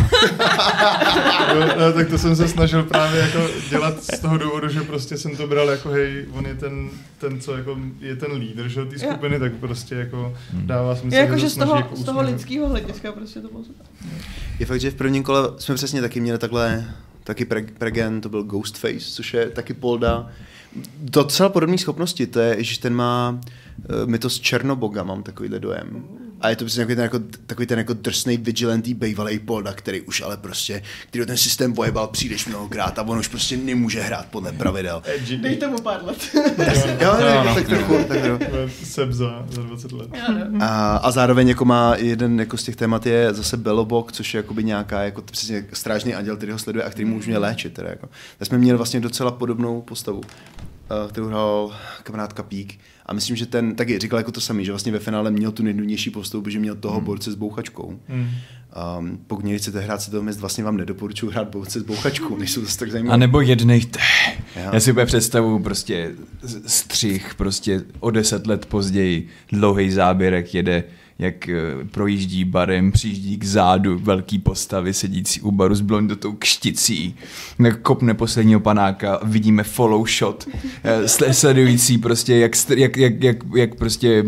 Jo, no, tak to jsem se snažil právě jako dělat z toho důvodu, že prostě jsem to bral jako hej, on je ten, ten co jako je ten lídr, že té skupiny, jo. Tak prostě jako dává smysl. Je jako, že z toho, jako z toho lidského hlediska prostě to bylo super. Je fakt, že v prvním kole jsme přesně taky měli takhle taky pre- Pregen, to byl Ghostface, což je taky Polda. Docela podobné schopnosti, to je, že ten má uh, mytos Černoboga, mám takovýhle dojem. A je to prostě ten jako, takový ten jako drsnej vigilantý bejvalej Polda, který už ale prostě, který ten systém pojebal příliš mnohokrát a on už prostě nemůže hrát podle pravidel. Dej tomu pár let. Jo, jo, tak trochu. Seb za dvacet let. A, a zároveň jako má jeden jako z těch témat je zase Belobog, což je jakoby nějaká jako přesně strážný anděl, který ho sleduje a který může léčit. Teda jako. Tak jsme měli vlastně docela podobnou postavu, kterou hrál kamarád Kapík. A myslím, že ten taky říkal jako to samý, že vlastně ve finále měl tu nejnudnější postavu, protože měl toho hmm. borce s bouchačkou. Hmm. Um, pokud měli chcete hrát si toho měst, vlastně vám nedoporučuji hrát borce s bouchačkou, než jsou zase tak zajímavé. A nebo jednejte. Já. Já si úplně představuju prostě střih, prostě o deset let později dlouhý záběrek jede, jak projíždí barem, přijíždí k zádu velký postavy sedící u baru s blondotou kšticí, jak kopne posledního panáka, vidíme follow shot, sledující prostě, jak, jak, jak, jak, jak prostě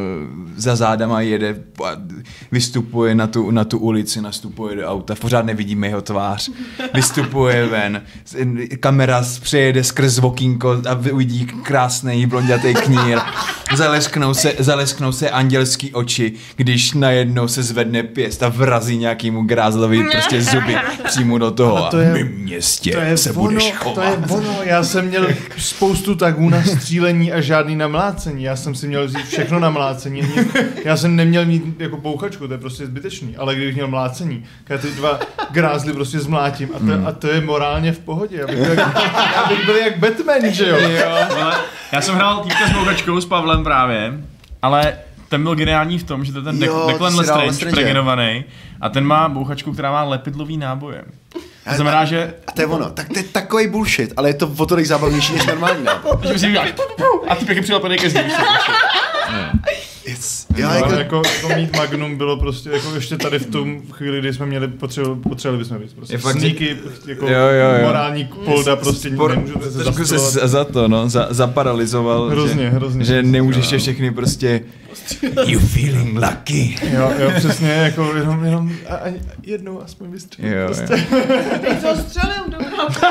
za zádama jede, vystupuje na tu, na tu ulici, nastupuje do auta, pořád nevidíme jeho tvář, vystupuje ven, kamera přejede skrz okýnko a uvidí krásný blondětej knír, zalesknou se, zalesknou se andělský oči, když najednou se zvedne pěst a vrazí nějakýmu grázlovi prostě zuby přímo do toho to je, a mým městě to je se ono, budeš chovat. To je ono, já jsem měl spoustu tagů na střílení a žádný na mlácení, já jsem si měl vzít všechno na mlácení, já jsem neměl mít jako bouchačku, to je prostě zbytečný, ale když měl mlácení, já ty dva grázly prostě zmlátím a to, hmm. a to je morálně v pohodě, já bych byl jak, já bych byl jak Batman, že jo? jo. Já jsem hrál týpka s bouchačkou s Pavlem právě, ale ten byl geniální v tom, že to je ten Declan Lestrange pregenovaný a ten má bouchačku, která má lepidlový náboje. To znamená, že... A to je ono, tak to je takový bullshit, ale je to o tolik zábavnější než normální náboj. A ty pěkně přilepený ke zdi. Yes. Já, jako... Ale jako, jako mít Magnum bylo prostě jako ještě tady v tom chvíli, kdy jsme měli potřebovali, potřebovali bychom víc. Prostě sníky, jako jo, jo, jo. morální Polda, prostě Spor... nemůžete se zastavovat. Se za to, no, za, zaparalizoval, hrozně, že, hrozně, že nemůžeš všechny prostě postřílet. You feeling lucky. Jo, jo, přesně, jako jenom, jenom a, a jednou aspoň vystřelit. Jo, prostě. jo. Teď to střelil, dobrá.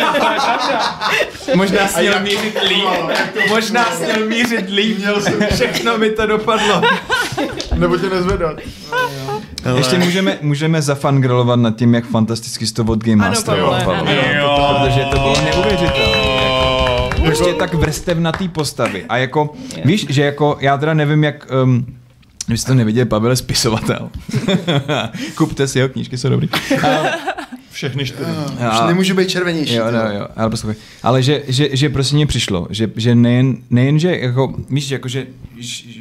Možná jsi měl mířit líp. Možná jsi měl mířit líp. Všechno mi to dopadlo. Nebo tě nezvedat. Hele. Ještě můžeme, můžeme zafangrilovat nad tím, jak fantasticky jsi to od Game Ano, Mastera Pavle, Pavle. ano. Jo. Protože to bylo neuvěřitelné. Prostě tak vrstevnatý postavy. A jako, víš, že jako, já teda nevím, jak... Um, když jste to neviděli, Pavel je spisovatel. Kupte si jeho knížky, jsou dobrý. Všechny čtyři. Už nemůžu být červenější. Jo, no, jo, ale poslouchej. Ale že, že, že prostě mně přišlo, že, že nejen, nejen, že jako, víš, že jako, že, že,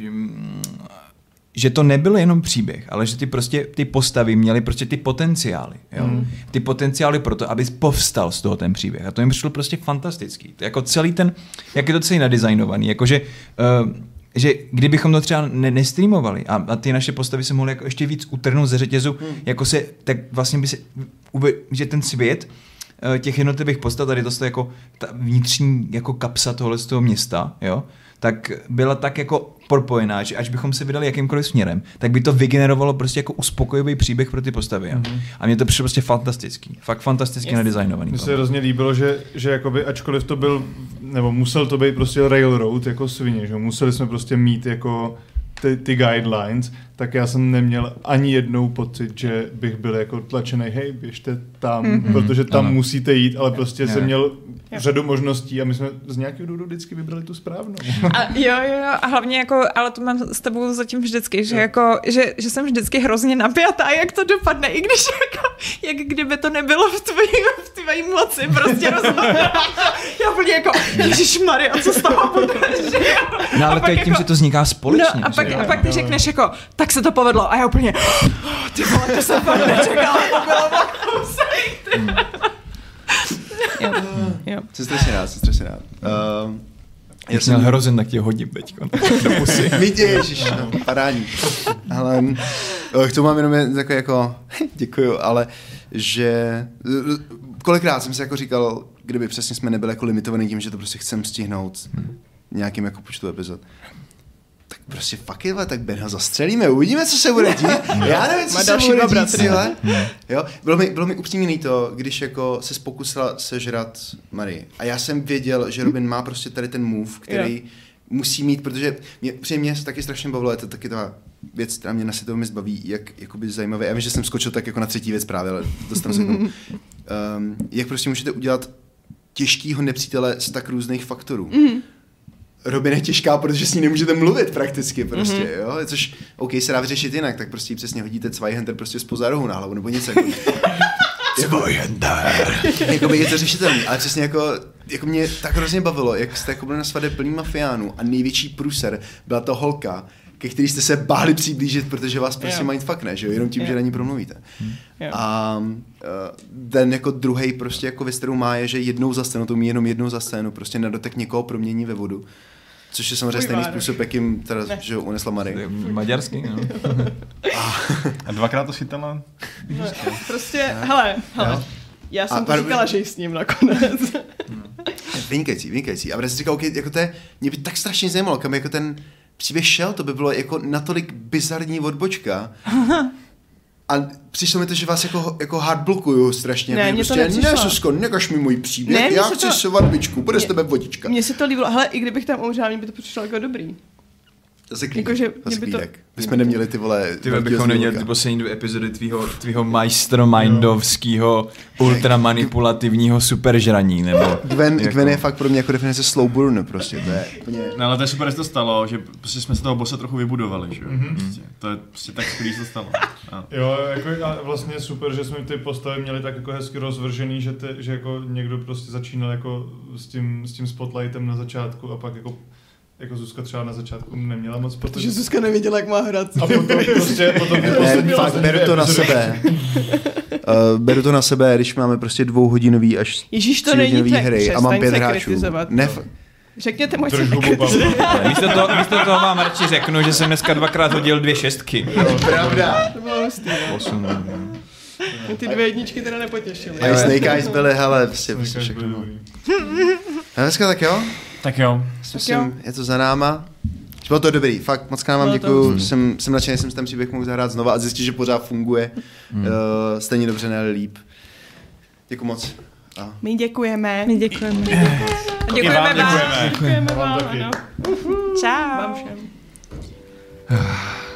že to nebyl jenom příběh, ale že ty prostě, ty postavy měly prostě ty potenciály, jo. Mm. Ty potenciály pro to, aby povstal z toho ten příběh. A to mi přišlo prostě fantastický. To jako celý ten, jak je to celý nadizajnovaný, jakože, uh, že kdybychom to třeba ne- nestreamovali a, a ty naše postavy se mohly jako ještě víc utrhnout ze řetězu, mm. jako se, tak vlastně by se, že ten svět těch jednotlivých postav, tady to je jako ta vnitřní jako kapsa tohle z toho města, jo, tak byla tak jako propojená, že až bychom se vydali jakýmkoliv směrem, tak by to vygenerovalo prostě jako uspokojivý příběh pro ty postavy. Mm-hmm. A mně to přišlo prostě fantastický. Fakt fantasticky yes. nadizajnovaný. Mně se hrozně líbilo, že, že jakoby, ačkoliv to byl, nebo musel to být prostě railroad jako svině, že museli jsme prostě mít jako ty, ty guidelines, tak já jsem neměl ani jednou pocit, že bych byl jako tlačený, hej, běžte tam, mm-hmm. protože tam ano. musíte jít, ale prostě yeah. jsem měl yeah. řadu možností a my jsme z nějakého důvodu vždycky vybrali tu správnou. A jo, jo, jo, a hlavně jako, ale to mám s tebou zatím vždycky, že, jako, že, že jsem vždycky hrozně napjatá, jak to dopadne, i když jako, jak kdyby to nebylo v tvojí, v tvojí moci, prostě rozhodná. Já úplně jako, ježišmarja, co z toho bude, že jo? No ale to je tím, jako, že to vzniká společně. No a pak, a pak ty řekneš jako, tak se to povedlo a já úplně, oh, ty vole, to jsem fakt nečekala, to bylo vakusej, ty. Jo, jo. Jsem strašně rád, jsem strašně rád. Uh, já jsem měl hrozen, tak tě hodím teďko do pusy. Mítě, ježiš, no, parádní. Ale k tomu mám jenom takové jako, děkuju, ale že kolikrát jsem si jako říkal, kdyby přesně jsme nebyli jako limitovaný tím, že to prostě chcem stihnout hmm. nějakým jako počtu epizod. Tak prostě fuck it, tak Benha zastřelíme, uvidíme, co se bude dít. Já nevím, co se bude dít, cíle. Jo, bylo mi, bylo mi upřímný to, když jako se pokusila sežrat Marii. A já jsem věděl, že Robin má prostě tady ten move, který yeah. musí mít, protože mě, při mě se taky strašně bavilo, je to taky ta věc, která mě na světově zbaví, jak jakoby zajímavé. Já vím, že jsem skočil tak jako na třetí věc právě, ale dostanu se k tomu. Um, jak prostě můžete udělat těžkýho nepřítele z tak různých faktorů. Mm. Robin je těžká, protože s ní nemůžete mluvit prakticky prostě, mm-hmm. jo, což OK, se dá vyřešit jinak, tak prostě přesně hodíte Zweihänder prostě zpoza rohu na hlavu, nebo něco jako. Zweihänder. Jakoby je to řešitelný, ale přesně jako, jako mě tak hrozně bavilo, jak jste jako byli na svadě plný mafiánů a největší průser byla to holka, ke který jste se báli přiblížit, protože vás prostě yeah. mindfuckne, že jo, jenom tím, yeah. že na ní promluvíte. Yeah. A uh, ten jako druhej prostě jako věc, má je, že jednou za scénu, to umí jenom jednou za scénu, prostě na dotek někoho promění ve vodu. Což je samozřejmě stejný způsob, jakým teda, že jo, unesla Marie. Maďarsky, no. A, a dvakrát to chytala? No, prostě, hele, hele. Jo? Já jsem a, to říkala, že jí s ním nakonec. Vynikající, vynikající. A protože jsi říkal, okay, jako to je, mě by tak strašně zajímalo, kam jako ten příběh šel, to by bylo jako natolik bizarní odbočka. A přišlo mi to, že vás jako, jako hardblokuju strašně. Ne, mě prostě, to ne, Susko, nekaž mi můj příběh, ne, já chci to... svatbičku, bude z tebe vodička. Mně se to líbilo, hele, i kdybych tam umřela, mě by to přišlo jako dobrý. Zase klídek, jako, zase klídek. To... My jsme neměli ty vole... Ty bychom neměli ty poslední dvě epizody tvýho, tvýho mastermindovského ultramanipulativního superžraní, nebo... Gwen, jako... Gwen je fakt pro mě jako definice slow burn, prostě, to je úplně... No ale to je super, že to stalo, že prostě jsme se toho bossa trochu vybudovali, že jo? Mm-hmm. Prostě, to je prostě tak skvělý, že to stalo. A. Jo, jako a vlastně super, že jsme ty postavy měli tak jako hezky rozvržený, že, ty, že jako někdo prostě začínal jako s tím, s tím spotlightem na začátku a pak jako jako Zuzka třeba na začátku neměla moc, protože... Protože Zuzka nevěděla, jak má hrát. A potom prostě... Potom ne, fakt, beru to na sebe. uh, beru to na sebe, když máme prostě dvouhodinový až Ježíš, to není tak, hry a mám pět hráčů. Ne, řekněte moc se místo, to, místo toho vám radši řeknu, že jsem dneska dvakrát hodil dvě šestky. No, pravda. To bylo hustý. Osm. Ty dvě jedničky teda nepotěšily. A i Snake Eyes byly, hele, prostě všechno. Dneska tak jo? Tak jo. Myslím, je to za náma. Bylo to dobrý, fakt moc krát vám Bylo to- děkuju, jsem, jsem nadšený, jsem si ten příběh mohl zahrát znova a zjistit, že pořád funguje, Hmm. uh, stejně dobře, ne líp. Děkuju moc. A My děkujeme. My děkujeme. A Taky děkujeme vám vám. děkujeme. Děkujeme Vám vám, taky. ano. Čau. Vám všem.